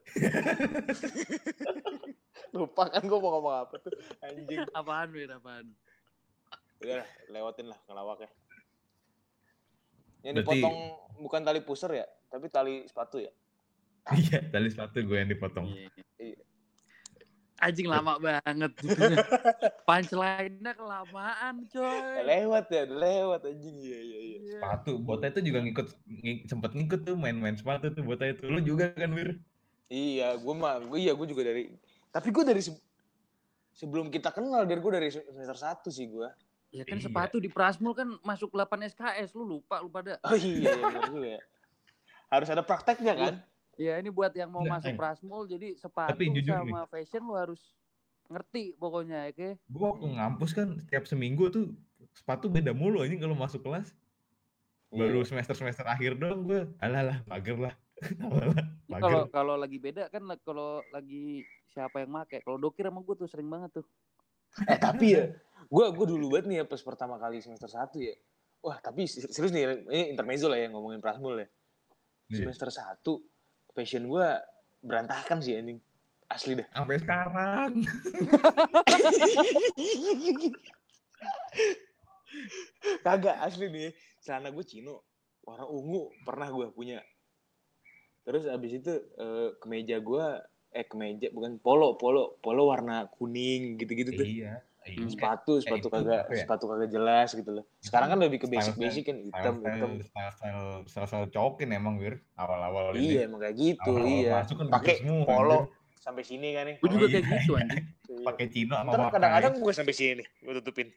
Lupa kan gue mau ngomong apa tuh anjing. Apaan Wir, apaan? Udah lah, lewatin lah ngelawaknya. Yang Berarti... dipotong bukan tali pusar ya, tapi tali sepatu ya? Iya, tali sepatu gue yang dipotong. Iya. Anjing lama banget. Punchline-nya kelamaan, coy. Lewat ya, lewat anjing. Iya, iya, iya. Sepatu, Botai itu juga ngikut, ng- sempet ngikut tuh main-main sepatu tuh Botai itu. Lu juga kan, Wir? Iya, gue mah, gue iya gue juga dari. Tapi gue dari se- sebelum kita kenal, dari gue dari semester satu sih gue. Ya kan iya. Sepatu di Prasmul kan masuk delapan S K S, lu lupa lu pada. Oh iya, iya benar juga ya. Harus ada prakteknya kan? Ya ini buat yang mau nah, masuk Prasmul, jadi sepatu sama nih, fashion lu harus ngerti pokoknya ya ke. Gue waktu ngampus kan setiap seminggu tuh sepatu beda mulu anjing kalau masuk kelas. Baru Iya. semester-semester akhir doang gue. Alah lah, mager lah. Kalau kalau lagi beda kan kalau lagi siapa yang make. Kalau dokir sama gue tuh sering banget tuh. Eh tapi ya, gue gue dulu banget nih ya pas pertama kali semester satu ya. Wah tapi serius nih, ini intermezzo lah ya ngomongin Prasmul ya. Semester satu, passion gue berantakan sih anjing. Asli dah. Sampai sekarang. Kagak asli nih. Celana gue chino, warna ungu pernah gue punya. Terus abis itu eh, kemeja gue, eh kemeja bukan polo, polo, polo warna kuning gitu-gitu tuh. Iya. Hmm, sepatu, sepatu kagak, ya? sepatu kagak jelas gitu loh. Sekarang kan lebih ke basic-basic kan, hitam, hitam. Style, style cokin emang Wir, awal-awal ini. Iya emang kayak gitu, awal-awal iya. Masuk kan pakai polo anjir. Sampai sini kan nih. Gue juga kayak gitu anjing. Pakai chino sama Ntar kadang-kadang gue sampai sini nih, gue tutupin.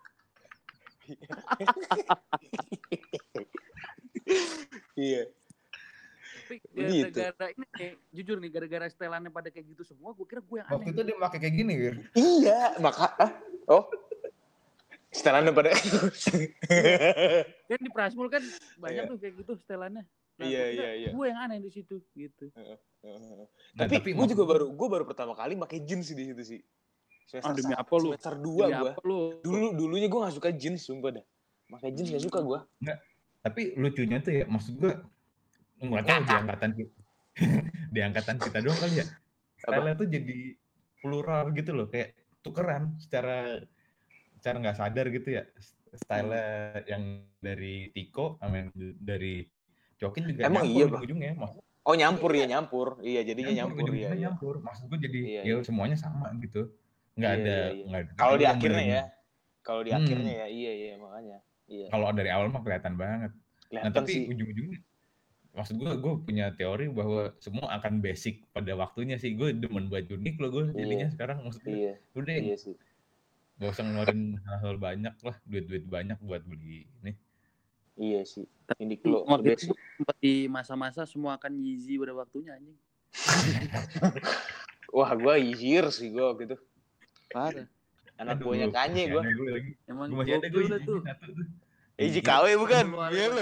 Iya. Tapi gara-gara ini nih, jujur nih, gara-gara setelannya pada kayak gitu semua, gue kira gue yang aneh. Waktu itu dia pakai kayak gini, Wir. Iya, maka ah, oh. Setelannya pada kan di Prasmul kan banyak tuh kayak gitu setelannya. Nah, iya, iya, iya. Gue yang aneh di situ gitu. Uh, uh, uh. Nah, tapi, tapi gue juga baru gue baru pertama kali pakai jeans di situ sih. Semester, ah, demi apa lu? semester dua gue. Dulu dulunya gue nggak suka jeans, sumpah dah. Pakai jeans nggak suka gue. Nggak. Tapi lucunya tuh ya, maksud gue nggak tahu di angkatan di angkatan kita doang kali ya. Style tuh jadi plural gitu loh, kayak tukeran secara secara nggak sadar gitu ya. Style hmm. yang dari Tiko sama yang dari Cokin juga emang nyampur iya, ujung-ujungnya. Maksud, oh nyampur ya nyampur, iya jadinya nyampur, nyampur iya, iya. Nyampur, maksud gue jadi iya, ya iya. semuanya sama gitu, nggak iya, ada iya, iya. nggak. Kalau di akhirnya ya, kalau di hmm. akhirnya ya, iya iya makanya. Iya. Kalau dari awal mah kelihatan banget. Kelihatan nah tapi sih. ujung-ujungnya, maksud gue gue punya teori bahwa semua akan basic pada waktunya sih. Gue demen buat unik loh gue jadinya iya. sekarang maksud gue. Iya. Udah iya sih. Gak usah ngeluarin hal-hal banyak lah, duit-duit banyak buat beli ini. Iya sih. Ini kalau waktu itu sempat di masa-masa semua akan Yeezy pada waktunya anjing. Wah, gue Yeezy sih gue gitu. Parah. Anak buahnya Kanye gue. Emang gue masih ada gue tuh. Yeezy K W bukan? Iya lu.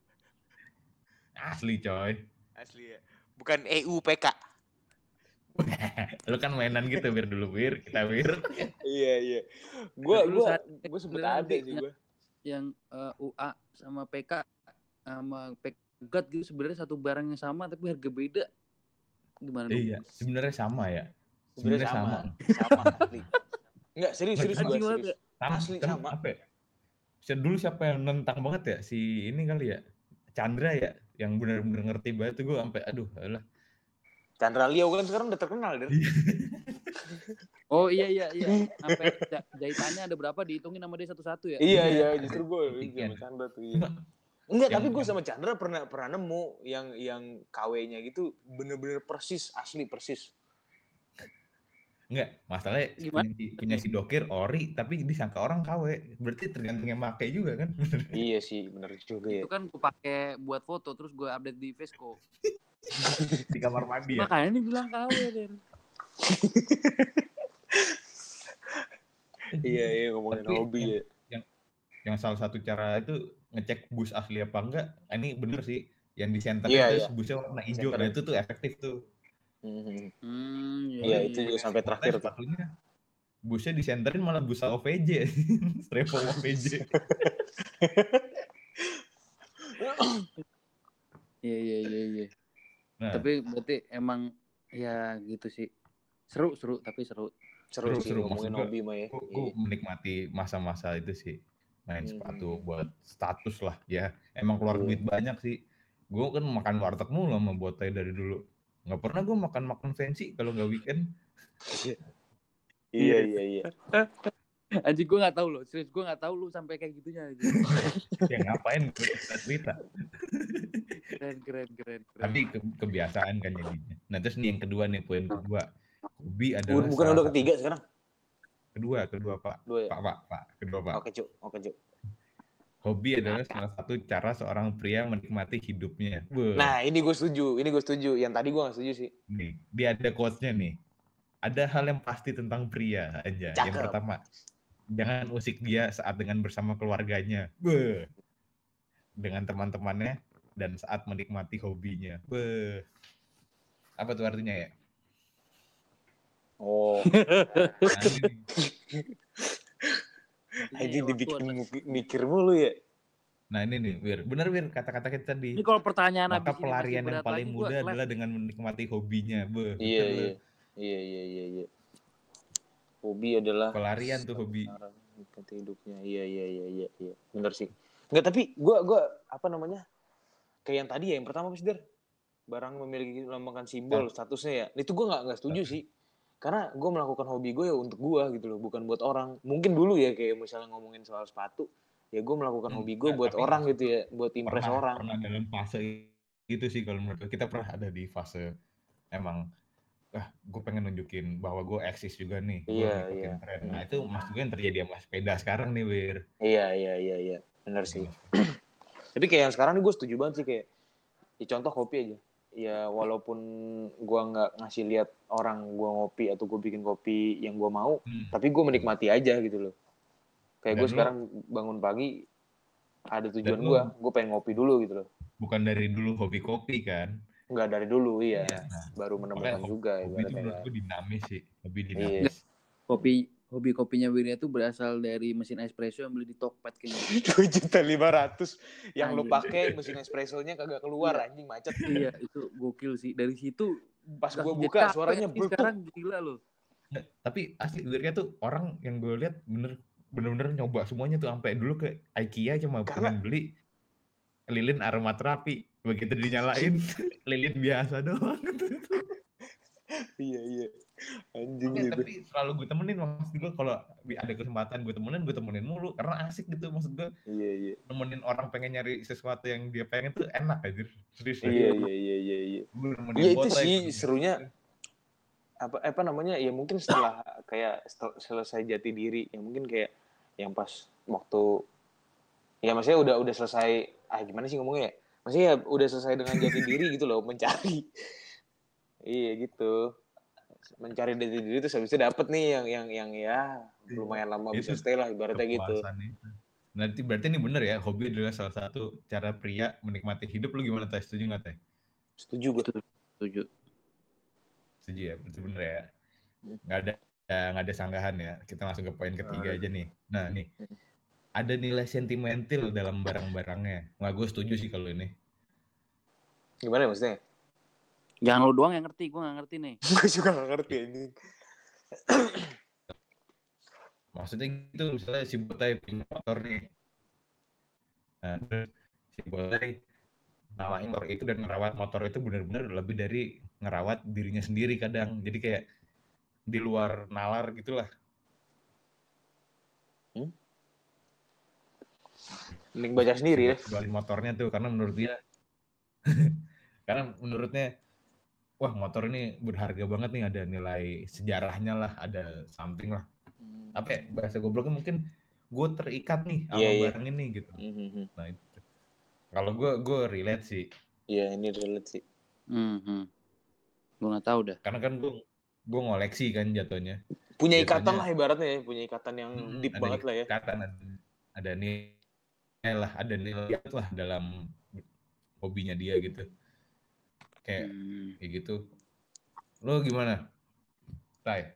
Asli coy. Asli ya. Bukan E U P K. Lu kan mainan gitu Bir dulu Bir, kita Bir. Iya iya. Gua gua gua sempet ada sih gua. Yang uh, U A sama P K sama P K gitu sebenarnya satu barang yang sama tapi harga beda. Gimana dong? Iya, sebenarnya sama ya. Sebenarnya sama. Sama. Asli. Enggak, serius serius gua serius. Asli sama. Apa ya? Dulu siapa yang nentang banget ya? Si ini kali ya. Chandra ya, yang benar-benar ngerti banget tuh gue sampai aduh, alah. Chandra Leo kan sekarang udah terkenal deh. Oh iya iya iya. Sampai jahitannya ada berapa dihitungin sama dia satu-satu ya? Iya iya, justru gue sama Chandra tuh. Iya. Enggak, tapi gue sama Chandra pernah pernah nemu yang yang K W-nya gitu bener-bener persis, asli persis. Enggak, masalahnya punya, punya si Dokir ori tapi disangka orang K W. Berarti tergantung yang pakai juga kan? Iya sih, bener juga ya. Itu kan gue pakai buat foto terus gue update di Vesco. Di kamar mandi ya. Makanya ini bilang K W deh. Iya iya ngomongin hobi yang, ya. Yang yang salah satu cara itu ngecek bus asli apa enggak. Ini bener sih. Yang di center iya, itu iya. busnya warna hijau. Nah itu tuh efektif tuh. Hmm, iya, iya itu juga sampai terakhir tuh. Busnya disenterin malah busa O V J. Strevo O V J. Iya iya iya iya. Nah, tapi berarti emang ya gitu sih. Seru seru tapi seru. Seru, seru sih seru. Ngomongin hobi mah ya. Gue menikmati masa-masa itu sih. Main hmm. sepatu buat status lah ya. Emang keluar hmm. duit banyak sih. Gue kan makan warteg mulu sama botai dari dulu. Nggak pernah gue makan-makan fancy kalau nggak weekend. Iya iya iya. Anjing gue nggak tahu loh, serius gue nggak tahu lu sampai kayak gitunya aja. Ya ngapain gue cerita. Keren keren keren. keren. Tapi ke, kebiasaan kan jadinya. Nah terus nih yang kedua nih poin kedua. Hobi adalah. Bukan udah ketiga sekarang? Kedua kedua pak. Dua, ya? Pak pak pak kedua pak. Oke cuk oke cuk. Hobi adalah salah satu cara seorang pria menikmati hidupnya. Buh. Nah ini gue setuju, ini gue setuju. Yang tadi gue nggak setuju sih. Nih, dia ada quotes-nya nih. Ada hal yang pasti tentang pria aja. Cakep. Yang pertama, jangan usik dia saat dengan bersama keluarganya. Beuh. Dengan teman-temannya dan saat menikmati hobinya. Beuh. Apa tuh artinya ya? Oh. Nah, ini. Aja dibikin mikir mulu ya. Nah ini nih, Wir. Bener, Wir, kata-kata kita tadi. Ini kalau pertanyaan maka abis pelarian ini yang paling mudah adalah nih. dengan menikmati hobinya. Beuh, iya, iya. Iya, iya, iya, iya. Hobi adalah pelarian tuh hobi. Menikmati hidupnya. Iya, iya, iya, iya, iya. Bener sih. Enggak, tapi gua gua apa namanya? Kayak yang tadi ya, yang pertama Mas Der. Barang memiliki melambangkan simbol, statusnya ya. Itu gue nggak nggak setuju sih, karena gue melakukan hobi gue ya untuk gue gitu loh, bukan buat orang. Mungkin dulu ya kayak misalnya ngomongin soal sepatu, ya gue melakukan hobi gue nah, buat orang gitu ya, buat impress pernah, orang. Pernah dalam fase itu sih kalau menurut kita pernah ada di fase emang, ah gue pengen nunjukin bahwa gue eksis juga nih, gue iya, ngikutin iya. tren. Nah itu maksud gue yang terjadi sama sepeda sekarang nih, Wir. Iya, iya, iya, iya, benar sih. Tapi kayak yang sekarang nih gue setuju banget sih, kayak ya contoh kopi aja. Ya walaupun gue nggak ngasih lihat orang gue ngopi atau gue bikin kopi yang gue mau, hmm. tapi gue menikmati aja gitu loh. Kayak gue sekarang bangun pagi ada tujuan gue, gue pengen ngopi dulu gitu loh. Bukan dari dulu hobi kopi kan? Enggak dari dulu, iya. iya. Nah, baru menemukan hobi, juga. Hobi itu menurut gue dinamis sih, hobi dinamis. Iya. Kopi hobi kopinya Wirya tuh berasal dari mesin espresso yang beli di Tokped kayaknya. dua juta lima ratus yang lu pakai mesin espressonya kagak keluar, iya. Anjing macet. Iya, itu gokil sih. Dari situ pas gue buka suaranya bluk. Sekarang gila loh. Nah, tapi asli Wirya tuh orang yang gue lihat bener bener-bener nyoba semuanya tuh, sampai dulu ke IKEA cuma karena pengen beli lilin aromaterapi, begitu dinyalain lilin biasa doang gitu. Iya iya anjing Oke, gitu. Tapi selalu gue temenin, maksud gue kalau ada kesempatan gue temenin gue temenin mulu karena asik gitu, maksud gue. Iya iya. Nemenin orang pengen nyari sesuatu yang dia pengen tuh enak aja, serius. Iya iya iya iya iya. Iya itu sih serunya. Apa apa namanya ya, mungkin setelah kayak setel, selesai jati diri ya, mungkin kayak yang pas waktu ya maksudnya udah udah selesai, ah gimana sih ngomongnya ya, maksudnya ya udah selesai dengan jati diri gitu loh, mencari iya gitu, mencari jati diri terus habis itu dapet nih yang yang yang ya lumayan lama itu bisa stay lah ibaratnya gitu. Itu. Nanti berarti ini bener ya, hobi adalah salah satu cara pria menikmati hidup. Lu gimana, Teh? Setuju nggak, Teh? Setuju gue. Setuju. Setuju ya, betul bener ya. Nggak ada nggak ada sanggahan ya. Kita langsung ke poin ketiga aja nih. Nah nih, ada nilai sentimental dalam barang-barangnya. Nggak, gue setuju sih kalau ini. Gimana maksudnya? Jangan lu doang yang ngerti, gue nggak ngerti nih. Gue juga nggak ngerti ini. Maksudnya gitu, misalnya si Botai punya motor nih. Nah, terus si Botai nawain motor itu dan ngerawat motor itu benar-benar lebih dari ngerawat dirinya sendiri kadang. Jadi kayak di luar nalar gitulah. Hmm? Mending baca sendiri ya. Jualin motornya tuh karena menurut dia karena menurutnya wah motor ini berharga banget nih, ada nilai sejarahnya lah, ada something lah. Hmm. Tapi bahasa gobloknya mungkin gue terikat nih sama yeah, barang yeah. ini gitu. Mm-hmm. Nah itu. Kalau gue gue relate sih. Iya yeah, ini relate sih. Mm-hmm. Gue nggak tahu dah. Karena kan gue gue ngoleksi kan jatuhnya. Punya ikatan jatuhnya, lah ibaratnya ya, punya ikatan yang hmm, deep banget lah ya. Ikatan, ada, ada nilai lah, ada nilai lah dalam hobinya dia gitu. Kayak hmm. kayak gitu. Lo gimana, Tai?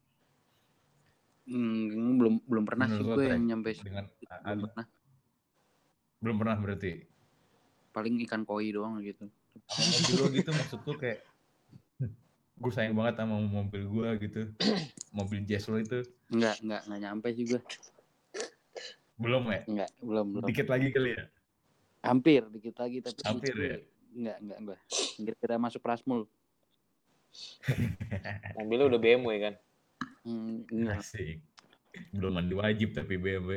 Hmm, belum belum pernah Menurut sih gue yang nyampe dengan belum pernah. Belum pernah berarti. Paling ikan koi doang gitu. Sama mobil lo gitu, maksud gue kayak gue sayang banget sama mobil gue gitu. Mobil jazz lo itu. Enggak, enggak, enggak nyampe juga. Belum ya? Enggak, belum, belum. Dikit lagi kali ya? Hampir, dikit lagi tapi hampir ya? Enggak, enggak, enggak. Kira-kira masuk Prasmul. Mobilnya udah B M W kan? Hmm, enggak. Asik. Belum mandi wajib tapi B M W.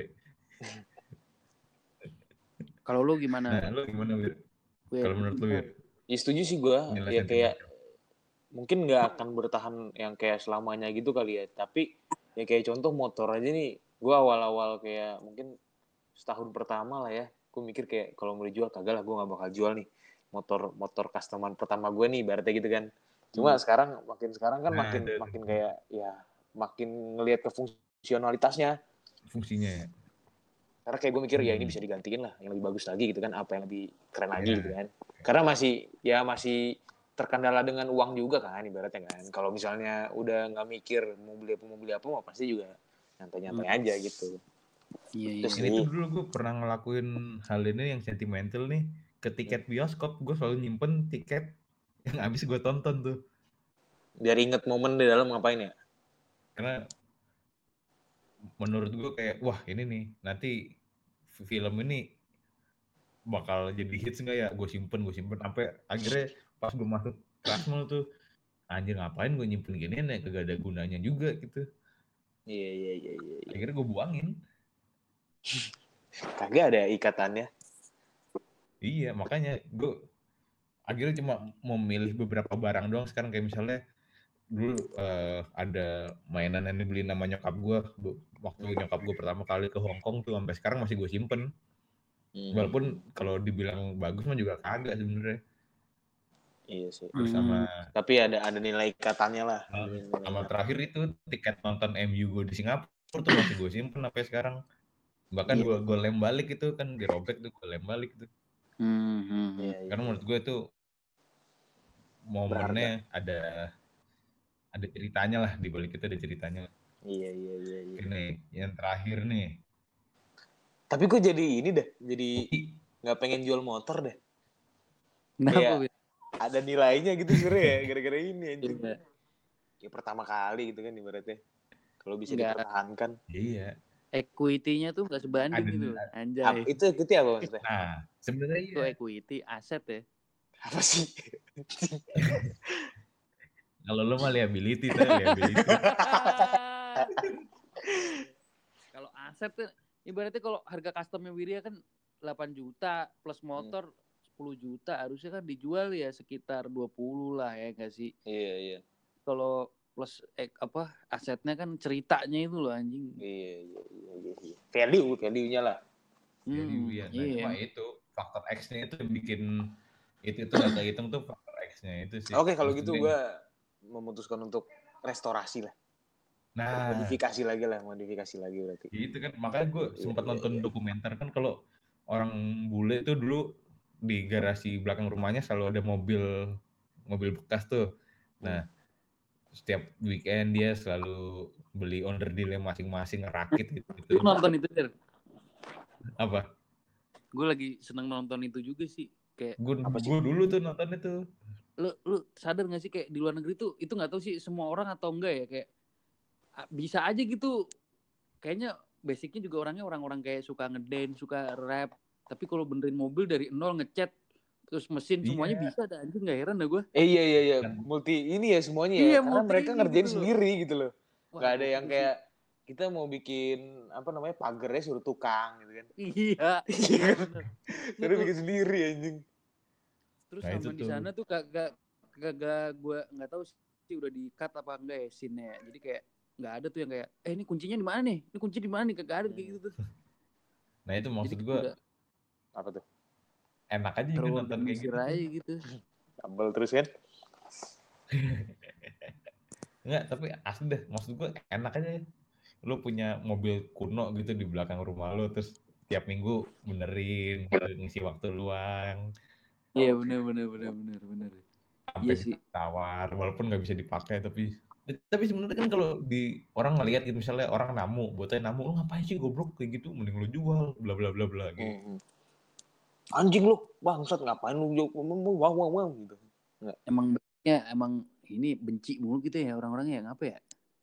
Kalau lu gimana? Nah, lu gimana, Wir? Kalau menurut lu, Wir? Ya setuju sih gue. Ya kayak mungkin nggak akan bertahan yang kayak selamanya gitu kali ya. Tapi ya kayak contoh motor aja nih. Gue awal-awal kayak mungkin setahun pertama lah ya. Gue mikir kayak kalau mau dijual kagak lah, gue nggak bakal jual nih motor motor customer pertama gue nih, ibaratnya gitu kan. Cuma hmm. sekarang makin sekarang kan nah, makin ada. makin kayak ya makin ngelihat ke fungsionalitasnya. fungsinya ya. Karena kayak gue mikir Hmm. ya ini bisa digantiin lah yang lebih bagus lagi gitu kan, apa yang lebih keren lagi Iya. gitu kan. Karena masih ya masih terkendala dengan uang juga kan ibaratnya kan. Kalau misalnya udah nggak mikir mau beli apa mau beli apa, mah pasti juga nyantai-nyantai Hmm. aja gitu. Iya Itu iya. sih. Ini tuh dulu gue pernah ngelakuin hal ini yang sentimental nih. Ke tiket bioskop, gue selalu nyimpen tiket yang habis gue tonton tuh. Biar inget momen di dalam ngapain ya. Karena menurut gue kayak, wah ini nih, nanti film ini bakal jadi hits nggak ya? Gue simpen, gue simpen. Sampai akhirnya pas gue masuk Krasmul tuh, anjir ngapain gue nyimpen ginian ya? Kagak ada gunanya juga gitu. Iya iya iya iya. iya. Akhirnya gue buangin. Kagak ada ikatannya. Iya, makanya gue akhirnya cuma mau milih beberapa barang doang sekarang. Kayak misalnya dulu uh, ada mainan yang dibeli nama nyokap gue waktu nyokap gue pertama kali ke Hong Kong tuh, sampai sekarang masih gue simpen. Hmm. Walaupun kalau dibilang bagus mah juga kagak sebenarnya. Iya sih. Terus sama Hmm. Tapi ada ada nilai ikatannya lah. uh, Nilai sama ikatannya. terakhir itu tiket nonton M U gue di Singapura tuh masih gue simpen sampai sekarang. Bahkan Iya. gue gue lem balik itu kan, dirobek tuh gue lem balik tuh. Hmm. hmm, hmm. Iya, iya, Karena iya. menurut gue tuh momennya ada ada ceritanya lah, di balik itu ada ceritanya. Iya iya iya iya. Ini yang terakhir nih. Tapi gue jadi ini deh, jadi Hoki. nggak pengen jual motor deh. Kenapa? Kayak Win? ada nilainya gitu sebenernya ya, gara-gara ini anjing. Iya. Kayak pertama kali gitu kan ibaratnya. Kalau bisa Nggak. dipertahankan. Iya. Equity-nya tuh nggak sebanding Ada- gitu. ada- Anjay. Ap- itu equity apa maksudnya? Nah, sebenarnya Itu iya. equity, aset ya. Apa sih? Kalau lo mah liability tuh, liability. Kalau aset tuh ibaratnya kalau harga customnya Wirya kan delapan juta plus motor sepuluh juta, harusnya kan dijual ya sekitar dua puluh lah ya nggak sih? Iya iya. Kalau plus eh, apa asetnya kan ceritanya itu loh anjing. Iya iya iya iya. iya. Value, value-nya lah. Jadi Hmm, iya, nah iya. cuma itu faktor X-nya itu bikin itu itu nggak kehitung tuh faktor X-nya itu sih. Oke, kalau gitu Maksudnya- gue memutuskan untuk restorasi lah. Nah, Modifikasi lagi lah, modifikasi lagi berarti. itu kan makanya gue Iya, sempat iya, nonton iya. dokumenter kan, kalau orang bule itu dulu di garasi belakang rumahnya selalu ada mobil mobil bekas tuh. Nah, setiap weekend dia selalu beli onderdilnya masing-masing, ngerakit gitu. Lu nonton itu Der? Apa? Gue lagi seneng nonton itu juga sih. Kayak Gue Apa sih? gue dulu tuh nonton itu. lu lu sadar nggak sih kayak di luar negeri tuh itu nggak tahu sih semua orang atau enggak ya, kayak ah, bisa aja gitu. Kayaknya basicnya juga orangnya orang-orang kayak suka ngedance, suka rap. Tapi kalau benerin mobil dari nol, ngecat terus mesin Iya. semuanya bisa, ada anjing, nggak heran dah gue. Eh iya iya iya, Dan- multi ini ya semuanya ya. Iya, Karena multi mereka ini ngerjain gitu loh. sendiri gitu loh. Wah, Gak ada gokil yang sih. kayak kita mau bikin apa namanya pagernya suruh tukang gitu kan. Iya. Iya kan? Bener. Kita Itu. bikin sendiri anjing. Terus Nah, itu sama di tuh. sana tuh kagak kagak gue nggak tahu sih udah di cut apa enggak ya scene-nya. Jadi kayak nggak ada tuh yang kayak eh ini kuncinya di mana nih? Ini kunci di mana nih? Kagak ada kayak gitu tuh. Nah itu maksud Jadi gue udah Apa tuh? enak aja gitu nonton kayak terorganisir gitu. aja gitu. Tambal terus kan? Enggak, tapi asli deh, maksud gue enak aja. Lu punya mobil kuno gitu di belakang rumah lu, terus tiap minggu benerin, gitu, ngisi waktu luang, Iya benar benar benar benar benar. sampai Iya sih. ditawar, walaupun nggak bisa dipakai, tapi tapi sebenarnya kan kalau di orang ngelihat gitu, misalnya orang namu, buatnya namu, lu ngapain sih goblok kayak gitu, mending lu jual, bla bla bla bla gitu. Hmm. Anjing lu, bangsat ngapain lu jauh wow wow wow gitu. Enggak. Emang ya emang ini benci mulu gitu ya orang-orangnya, ngapa ya?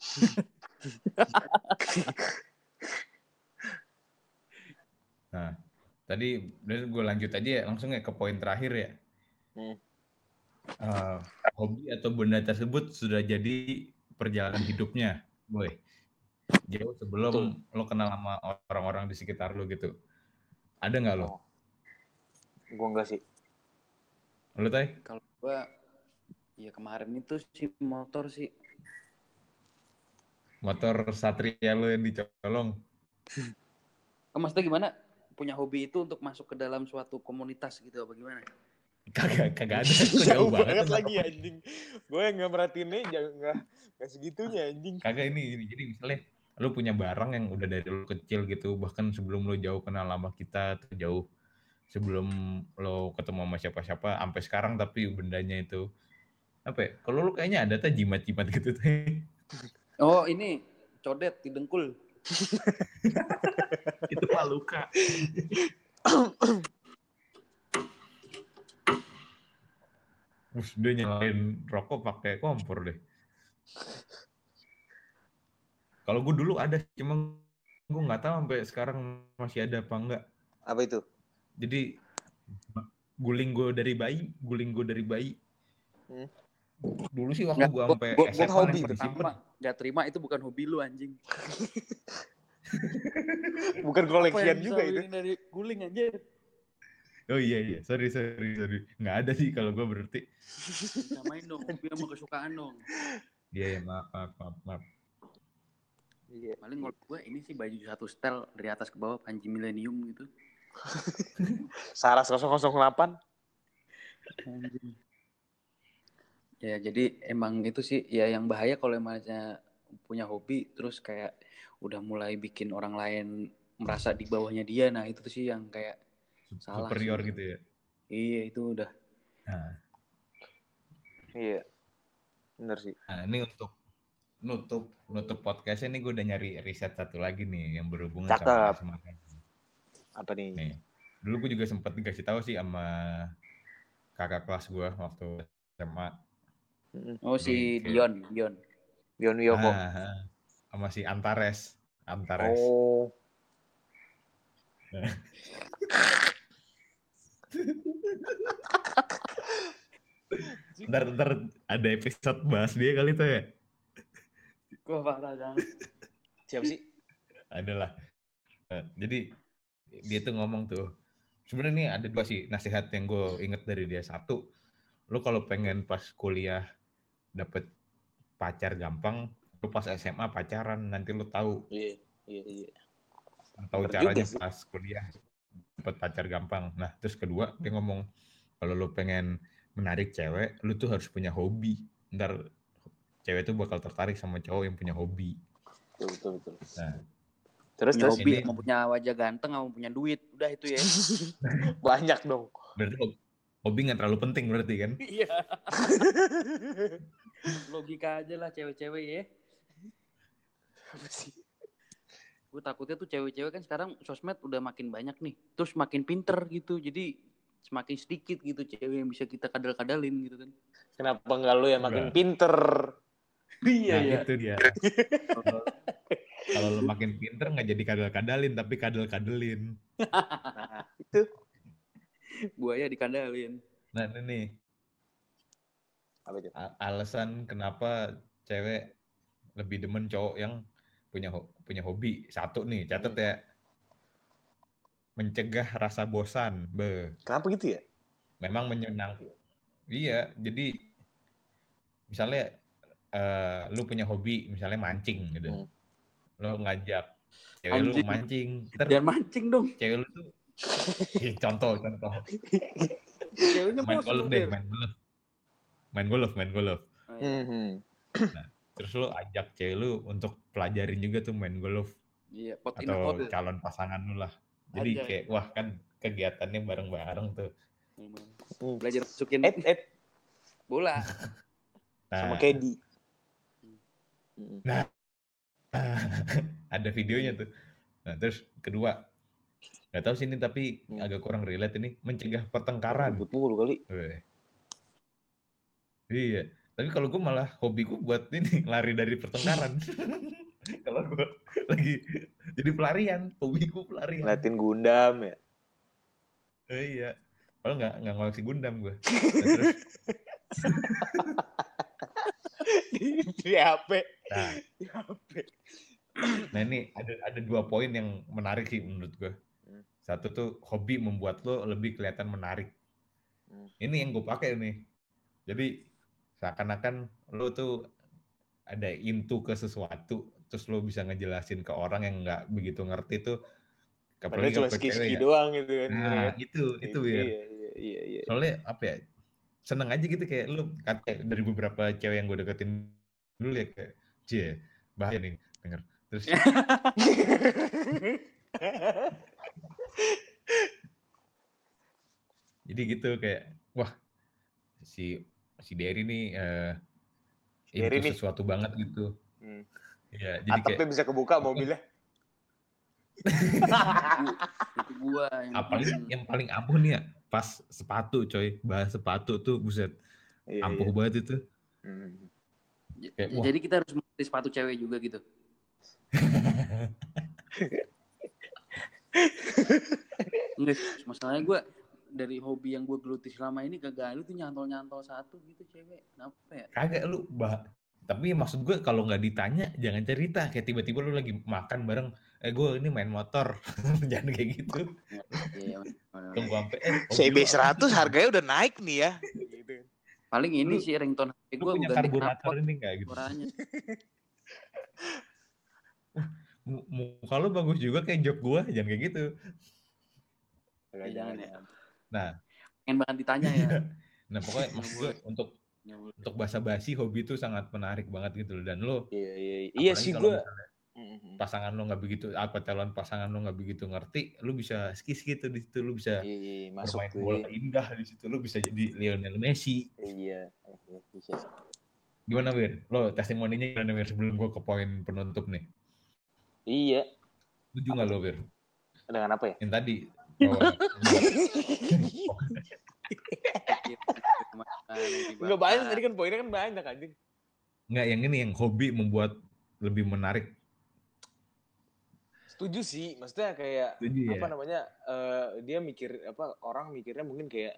Nah, tadi gue lanjut aja ya, langsung ya ke poin terakhir ya. Hmm. Uh, hobi atau benda tersebut sudah jadi perjalanan hidupnya, boy. Jauh sebelum Betul. lo kenal sama orang-orang di sekitar lo gitu. Ada nggak lo? Oh. Gua enggak sih. Lo tay? Kalau gua ya kemarin itu sih motor sih. Motor Satria lo yang dicolong. Oh, maksudnya gimana? Punya hobi itu untuk masuk ke dalam suatu komunitas gitu apa gimana? Kagak, kagak ada. Jauh banget lagi anjing. Gue yang nggak merhatiinnya jangan nggak nggak segitunya anjing. Kagak ini, ini jadi misalnya lu punya barang yang udah dari lu kecil gitu, bahkan sebelum lu jauh kenal sama kita, atau jauh sebelum lo ketemu sama siapa-siapa, sampai sekarang tapi bendanya itu apa ya? Kalau lu kayaknya ada tuh jimat-jimat gitu tuh. Oh ini codet di dengkul. Itu mah luka. Terus dia nyalain rokok pakai kompor deh. Kalau gue dulu ada, cuma gue nggak tahu sampai sekarang masih ada apa enggak. Apa itu? Jadi guling gue dari bayi, guling gue dari bayi. Hmm. Dulu sih waktu gue sampai S M A hobi masih simpen. Gak terima itu bukan hobi lu anjing. Bukan koleksian juga itu. Dari guling anjir. Oh iya iya, sorry sorry sorry. Nggak ada sih kalau gue berarti. Samain dong, hobi sama kesukaan dong. Iya ya, maaf maaf maaf. maaf. Iya. Paling kalau gue ini sih baju satu setel dari atas ke bawah Panji Millennium gitu. Saras nol nol delapan. Ya jadi emang itu sih ya yang bahaya kalau emangnya punya hobi terus kayak udah mulai bikin orang lain merasa di bawahnya dia. Nah itu tuh sih yang kayak salah superior sih. Gitu ya. Iya itu udah. Nah. Iya. Bener sih. Nah ini untuk nutup nutup podcastnya nih gue udah nyari riset satu lagi nih yang berhubungan Cakep. sama S M A. Apa nih? Nih, dulu gue juga sempat dikasih tahu sih sama kakak kelas gue waktu S M A. Oh si kayak... Dion, Dion. Dion Wiyoko. Ah, sama si Antares, Antares. Oh. ntar, ntar ada episode bahas dia kali tuh ya. Gue parah kan. Siapa sih? Adalah. Nah, jadi dia tuh ngomong tuh. Sebenarnya nih ada dua sih nasihat yang gue inget dari dia. Satu, lu kalau pengen pas kuliah dapet pacar gampang, lu pas S M A pacaran nanti lu tahu. Iya, iya, iya. Tahu caranya pas kuliah dapet pacar gampang. Nah, terus kedua dia ngomong kalau lu pengen menarik cewek, lu tuh harus punya hobi. Ntar cewek tuh bakal tertarik sama cowok yang punya hobi. Betul, betul, betul. Nah, terus punya hobi, ini... mau punya wajah ganteng, mau punya duit, udah itu ya. Banyak dong. Berarti hobi nggak terlalu penting berarti kan? Iya. Logika aja lah cewek-cewek ya. Apa sih? Gue takutnya tuh cewek-cewek kan sekarang sosmed udah makin banyak nih, terus makin pinter gitu, jadi semakin sedikit gitu cewek yang bisa kita kadal-kadalin gitu kan. Kenapa nggak lu yang makin pinter? Iya nah, ya. itu dia. Kalau lu makin pinter nggak jadi kadal-kadalin tapi kadal-kadelin. Nah, itu. Buaya dikadalin. Nah ini nih. Apa itu? Alasan kenapa cewek lebih demen cowok yang punya punya hobi. Satu nih, catat ya. Mencegah rasa bosan. Be. Kenapa gitu ya? Memang menyenangkan. Iya, jadi misalnya uh, lu punya hobi, misalnya mancing gitu. Hmm. Lu ngajak cewek anjing. Lu mancing. Jangan mancing dong. Cewek lu tuh contoh, contoh. Ceweknya main golf deh, main golf. Main golf, main golf. Oh, iya. Nah, terus lu ajak cewek lu untuk pelajarin juga tuh main golf. Iya, atau calon pasangan lu lah. Jadi Aja. Kayak wah kan kegiatannya bareng-bareng tuh. Hmm. Belajar masukin et, et. bola. Nah, sama Kedi. Nah, ada videonya tuh. Nah, terus kedua, nggak tahu sih ini tapi hmm. agak kurang relate ini, mencegah pertengkaran. Betul kali. Iya, tapi kalau gue malah hobi gue buat ini lari dari pertengkaran. Kalau gue lagi jadi pelarian, hobi gue pelarian. Ngeliatin Gundam ya? Oh, iya, kalau nggak nggak ngoleksi Gundam gue. Nah, terus di H P. Nah, di H P. Nah ini ada ada dua poin yang menarik sih menurut gue. Satu tuh hobi membuat lo lebih kelihatan menarik. Ini yang gue pakai nih. Jadi seakan-akan lo tuh ada into ke sesuatu, terus lo bisa ngejelasin ke orang yang nggak begitu ngerti tuh. Padahal cuma ski-ski ya. doang gitu kan. Nah itu itu ya. Iya, iya, iya, iya. Soalnya apa ya? Seneng aja gitu kayak lo kata dari beberapa cewek yang gue deketin dulu ya kayak, cie bahaya nih denger. Terus jadi gitu kayak wah si si Derry nih uh, Derry itu nih. sesuatu banget gitu. Hmm. Ya, jadi atapnya kayak bisa kebuka mobilnya. Itu gua yang apalagi yang paling ampuh nih ya pas sepatu coy, bahas sepatu tuh buset iya, ampuh iya. banget itu. Hmm. Kayak, jadi kita harus mengerti sepatu cewek juga gitu. Enggak, masalahnya gue dari hobi yang gue geluti selama ini kagak lu tuh nyantol-nyantol satu gitu cewek. Kenapa ya? Kagak lu, bah. Tapi maksud gue kalau nggak ditanya jangan cerita. Kayak tiba-tiba lu lagi makan bareng, eh gue ini main motor. Jangan kayak gitu. Iya, Tunggu sampai eh C B seratus harganya udah naik nih ya. Gitu. Paling ini sih ringtone H P gue punya ganti karburator ini enggak gitu. Suaranya. Muka lu bagus juga kayak job gue, jangan kayak gitu. Ya, jangan ya. Nah, pengen banget ditanya ya. Nah pokoknya maksud gue untuk untuk basa-basi hobi itu sangat menarik banget gitu dan lo iya iya iya sih gue pasangan lo nggak begitu apa calon pasangan lo nggak begitu ngerti, lo bisa skis gitu di situ, lo bisa iya, masuk bermain bola indah di situ, lo bisa jadi Lionel Messi. Iya, bisa. Gimana Wir? Lo testimoninya gimana Wir sebelum gue ke poin penutup nih? Iya. Setuju nggak lo Wir? Dengan apa ya? Yang tadi bahwa Enggak banyak tadi kan poinnya kan banyak anjing. Enggak, yang ini yang hobi membuat lebih menarik. Setuju sih, maksudnya kayak Setuju, apa ya? namanya? Uh, dia mikir apa orang mikirnya mungkin kayak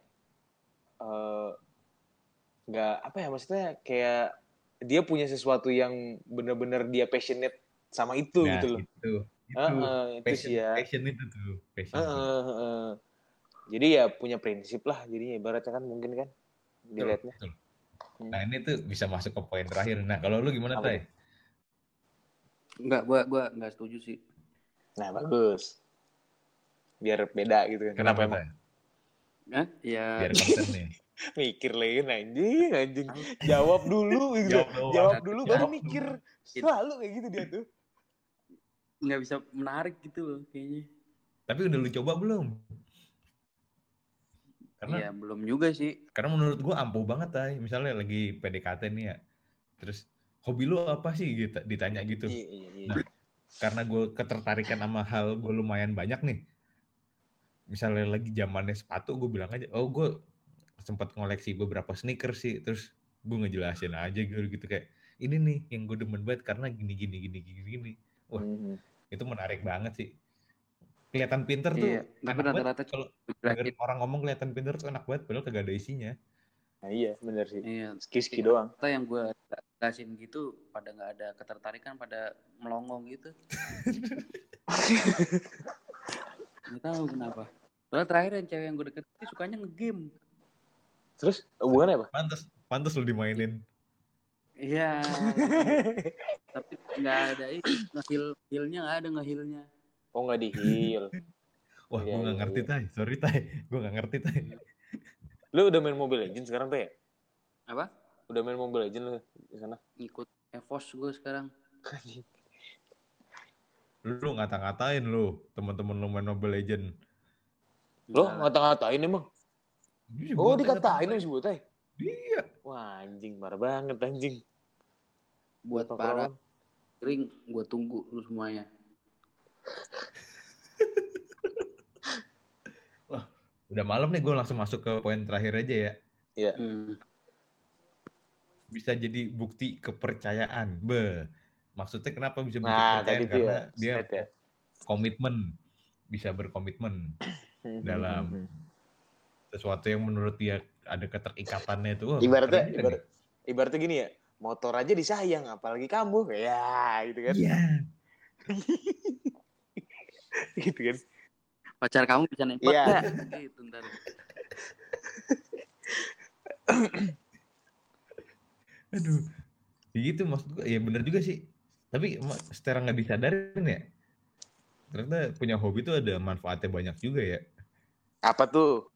nggak uh, apa ya maksudnya kayak dia punya sesuatu yang benar-benar dia passionate sama itu nah, gitu loh. Itu, itu, uh, uh, itu passion, sih ya. passion itu tuh, passion uh, uh, uh. Jadi ya punya prinsip lah, jadinya ibaratnya kan mungkin kan dilihatnya. Betul, betul. Nah ini tuh bisa masuk ke poin terakhir. Nah kalau lu gimana Tay? Enggak, gua gua enggak setuju sih. Nah bagus. Biar beda gitu kan. Kenapa, Kenapa emang? Hah? Ya. Biar konten nih. Mikir lagi anjing, anjing. Jawab dulu gitu. Jawab, Jawab dulu Jawab baru mikir. Selalu kayak gitu dia tuh. Nggak bisa menarik gitu loh kayaknya. Tapi udah lu coba belum? Karena iya, belum juga sih. Karena menurut gua ampuh banget Tay. Misalnya lagi P D K T nih ya. Terus hobi lu apa sih gitu ditanya gitu. Iya, iya, iya. Nah, karena gue ketertarikan sama hal gue lumayan banyak nih. Misalnya lagi zamannya sepatu, gue bilang aja, oh gue sempat ngoleksi beberapa sneakers sih, terus gue ngejelasin aja gitu, gitu kayak ini nih yang gue demen banget karena gini gini gini gini gini. Wah, mm-hmm. itu menarik banget sih. Kelihatan pinter tuh, iya, enak banget. Kalau orang ngomong kelihatan pinter tuh enak banget, padahal kagak ada isinya. Nah, iya, bener sih. Iya, ski-ski doang. Kata yang gue jelasin gitu, pada nggak ada ketertarikan, pada melongong gitu. Nggak tahu kenapa. Soalnya terakhir yang cewek yang gue deketin sukanya nge-game. Terus hubungannya apa? Pantes, pantes lu dimainin. Iya. Tapi nggak ada itu, nge-heal, healnya nggak ada nge-healnya. Oh nggak di-heal. Wah, iya, gue nggak iya, ngerti iya. Tay, sorry Tay, gue nggak ngerti Tay. Lu udah main Mobile Legends sekarang Tay? Apa? Udah main Mobile Legends lu di sana? Ikut EVOS gue sekarang. Lu ngata-ngatain lu teman-teman lu main Mobile Legends. Lo ngata-ngatain emang? Iya, oh dikatain lu sebut Tay? Iya. Wah anjing, parah banget anjing. Buat para kering, gue tunggu lu semuanya. Wah, udah malam nih, gue langsung masuk ke poin terakhir aja ya. Iya. Hmm. Bisa jadi bukti kepercayaan. Be, maksudnya kenapa bisa bukti nah, kepercayaan? Karena ya, dia ya. komitmen, bisa berkomitmen dalam sesuatu yang menurut dia ada keterikatannya itu. Oh, ibaratnya, ibarat, ibaratnya gini ya, motor aja disayang, apalagi kamu, ya gitu kan? Iya. Gitu kan? Pacar kamu bisa nembak yeah. Gak? Gitu ntar. Aduh, gitu maksud gue, ya bener juga sih. Tapi secara nggak disadarin ya, ternyata punya hobi tuh ada manfaatnya banyak juga ya. Apa tuh?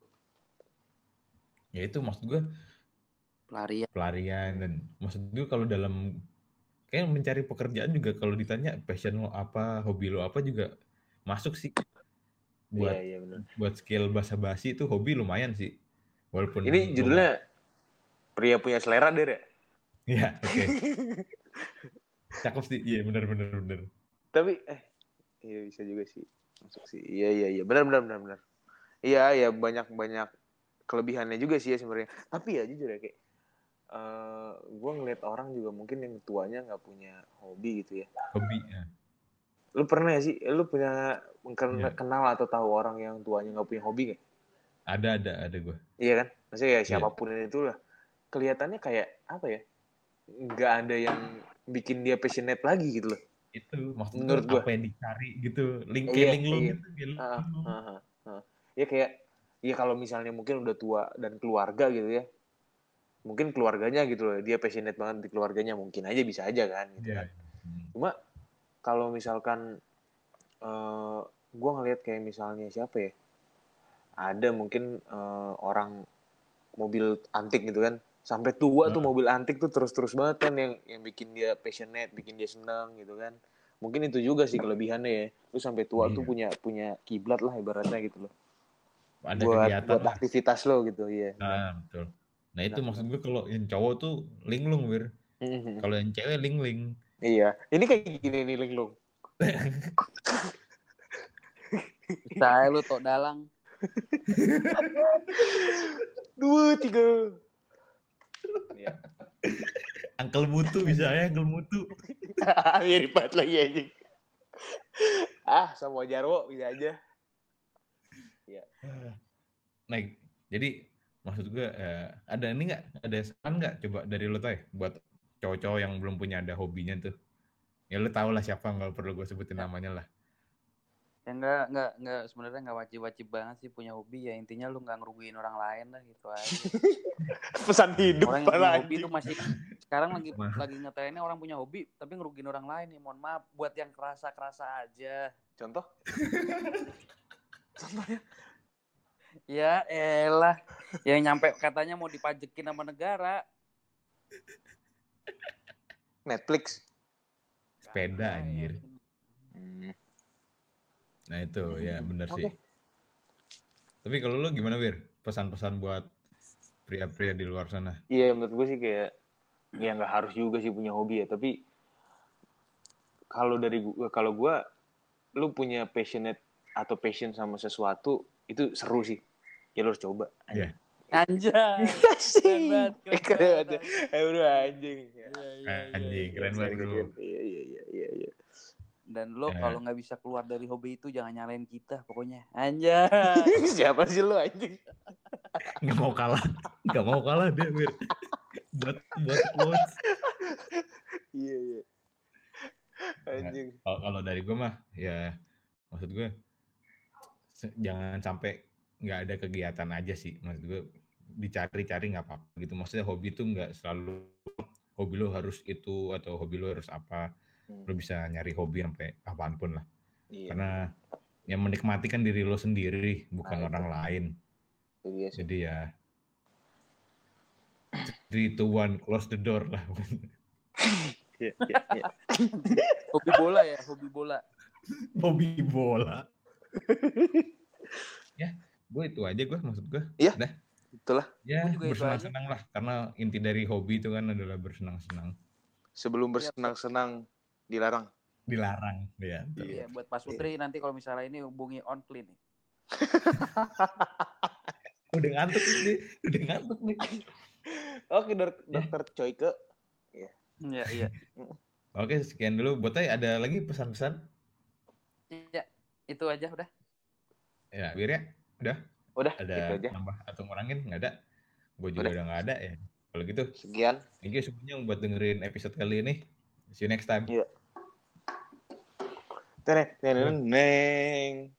Ya itu maksud gue pelarian. Pelarian dan maksud gue kalau dalam kayak mencari pekerjaan juga kalau ditanya passion lo apa, hobi lo apa juga masuk sih. Buat Iya, iya benar. buat skill basa-basi itu hobi lumayan sih. Walaupun Ini judulnya Pria Punya Selera, Der ya? Iya, oke. Okay. Cakep sih. Iya, benar benar benar. Tapi eh iya bisa juga sih. Masuk sih. Iya, iya, iya. Benar benar benar benar. Iya, ya banyak-banyak kelebihannya juga sih ya sebenarnya. Tapi ya jujur ya kayak uh, gue ngeliat orang juga mungkin yang tuanya nggak punya hobi gitu ya. Hobi ya. Lu pernah ya sih? Lu punya kenal, ya. kenal atau tahu orang yang tuanya nggak punya hobi nggak? Ada ada ada gue. Iya kan? Maksudnya ya siapapun ya. itu lah. Kelihatannya kayak apa ya? Nggak ada yang bikin dia passionate lagi gitu loh. Itu maksud menurut gue apa yang dicari gitu. Link iya, link lu iya. gitu. Link uh, lu. uh, uh, uh. Ya kayak ya kalau misalnya mungkin udah tua dan keluarga gitu ya. Mungkin keluarganya gitu loh. Dia passionate banget di keluarganya. Mungkin aja bisa aja kan gitu yeah. kan. Hmm. Cuma kalau misalkan uh, gue ngeliat kayak misalnya siapa ya? Ada mungkin uh, orang mobil antik gitu kan. Sampai tua uh. tuh mobil antik tuh terus-terus banget kan yang yang bikin dia passionate, bikin dia senang gitu kan. Mungkin itu juga sih kelebihannya ya. Lu sampai tua iya. tuh punya punya kiblat lah ibaratnya gitu loh. Ada buat, kegiatan buat lah. Aktivitas lo gitu ya. Nah, betul. Nah, itu nah, maksud gue kalau yang cowok tuh linglung, Wir. Mm-hmm. Kalau yang cewek ling-ling. Iya. Ini kayak gini nih linglung. Saya lu tok dalang. Dua, tiga. Ya. Angkel mutu bisa ya, angkel mutu. Mirip banget lagi anjing. Ah, sama Jarwo bisa aja. Ya. Nah, jadi maksud gue eh, ada ini nggak, ada saran nggak coba dari lo Tay buat cowok-cowok yang belum punya ada hobinya tuh? Ya lo tau lah siapa, nggak perlu gue sebutin namanya lah. Ya enggak, enggak, enggak sebenarnya enggak wajib-wajib banget sih punya hobi ya, intinya lu enggak ngerugiin orang lain lah gitu aja. Pesan hidup. Orang yang punya hobi itu masih sekarang lagi Ma. lagi ngetrennya orang punya hobi tapi ngerugiin orang lain nih. Mohon maaf buat yang kerasa-kerasa aja. Contoh? Contohnya? Ya elah, yang nyampe katanya mau dipajekin sama negara. Netflix. Sepeda anjir. Hmm. Nah itu ya benar okay. sih. Tapi kalau lo gimana Wir? Pesan-pesan buat pria-pria di luar sana? Iya menurut gue sih kayak ya nggak harus juga sih punya hobi ya. Tapi kalau dari gue, kalau gue, lu punya passionate atau passion sama sesuatu itu seru sih. Ya lu harus coba. Iya. Anjay. Anjing. Keren banget. Eh bro anjing. Anjing keren banget bro. Iya iya iya iya iya. Dan lo ya. Kalau nggak bisa keluar dari hobi itu jangan nyalain kita pokoknya. Anjay. Siapa sih lo anjing? Nggak mau kalah, nggak mau kalah dia Wir. Buat buat quotes. Iya iya. Anjing. Ya, kalau dari gue mah ya maksud gue jangan sampai nggak ada kegiatan aja sih. Maksud gue dicari-cari nggak apa-apa gitu. Maksudnya hobi itu nggak selalu hobi lo harus itu atau hobi lo harus apa. Lo bisa nyari hobi sampai kapanpun lah. Iya. Karena yang menikmati kan diri lo sendiri, bukan ah, orang itu. lain. Iya sih. Jadi ya three, two, one, close the door lah. Iya, iya, iya. Hobi bola ya, hobi bola. Hobi bola. Ya, gue itu aja gue maksud gue. Iya. Dah. Itulah. Ya, bersenang-senang lah. Karena inti dari hobi itu kan adalah bersenang-senang. Sebelum bersenang-senang dilarang. Dilarang, ya. Iya, buat Pak Sutri iya. Nanti kalau misalnya ini hubungi on clean nih. Udah ngantuk nih, udah ngantuk nih. Oke, dok- dokter ya. Coyke. Iya. Iya, iya. Oke, sekian dulu. Botai, ada lagi pesan-pesan? Iya, itu aja udah. Ya, Wir ya? Udah? Udah, ada gitu aja. Nambah atau ngurangin? Nggak ada? Gue juga udah, udah nggak ada ya. Kalau gitu. Sekian. Thank you semuanya buat dengerin episode kali ini. See you next time. Iya. Teneng, teneng, neng.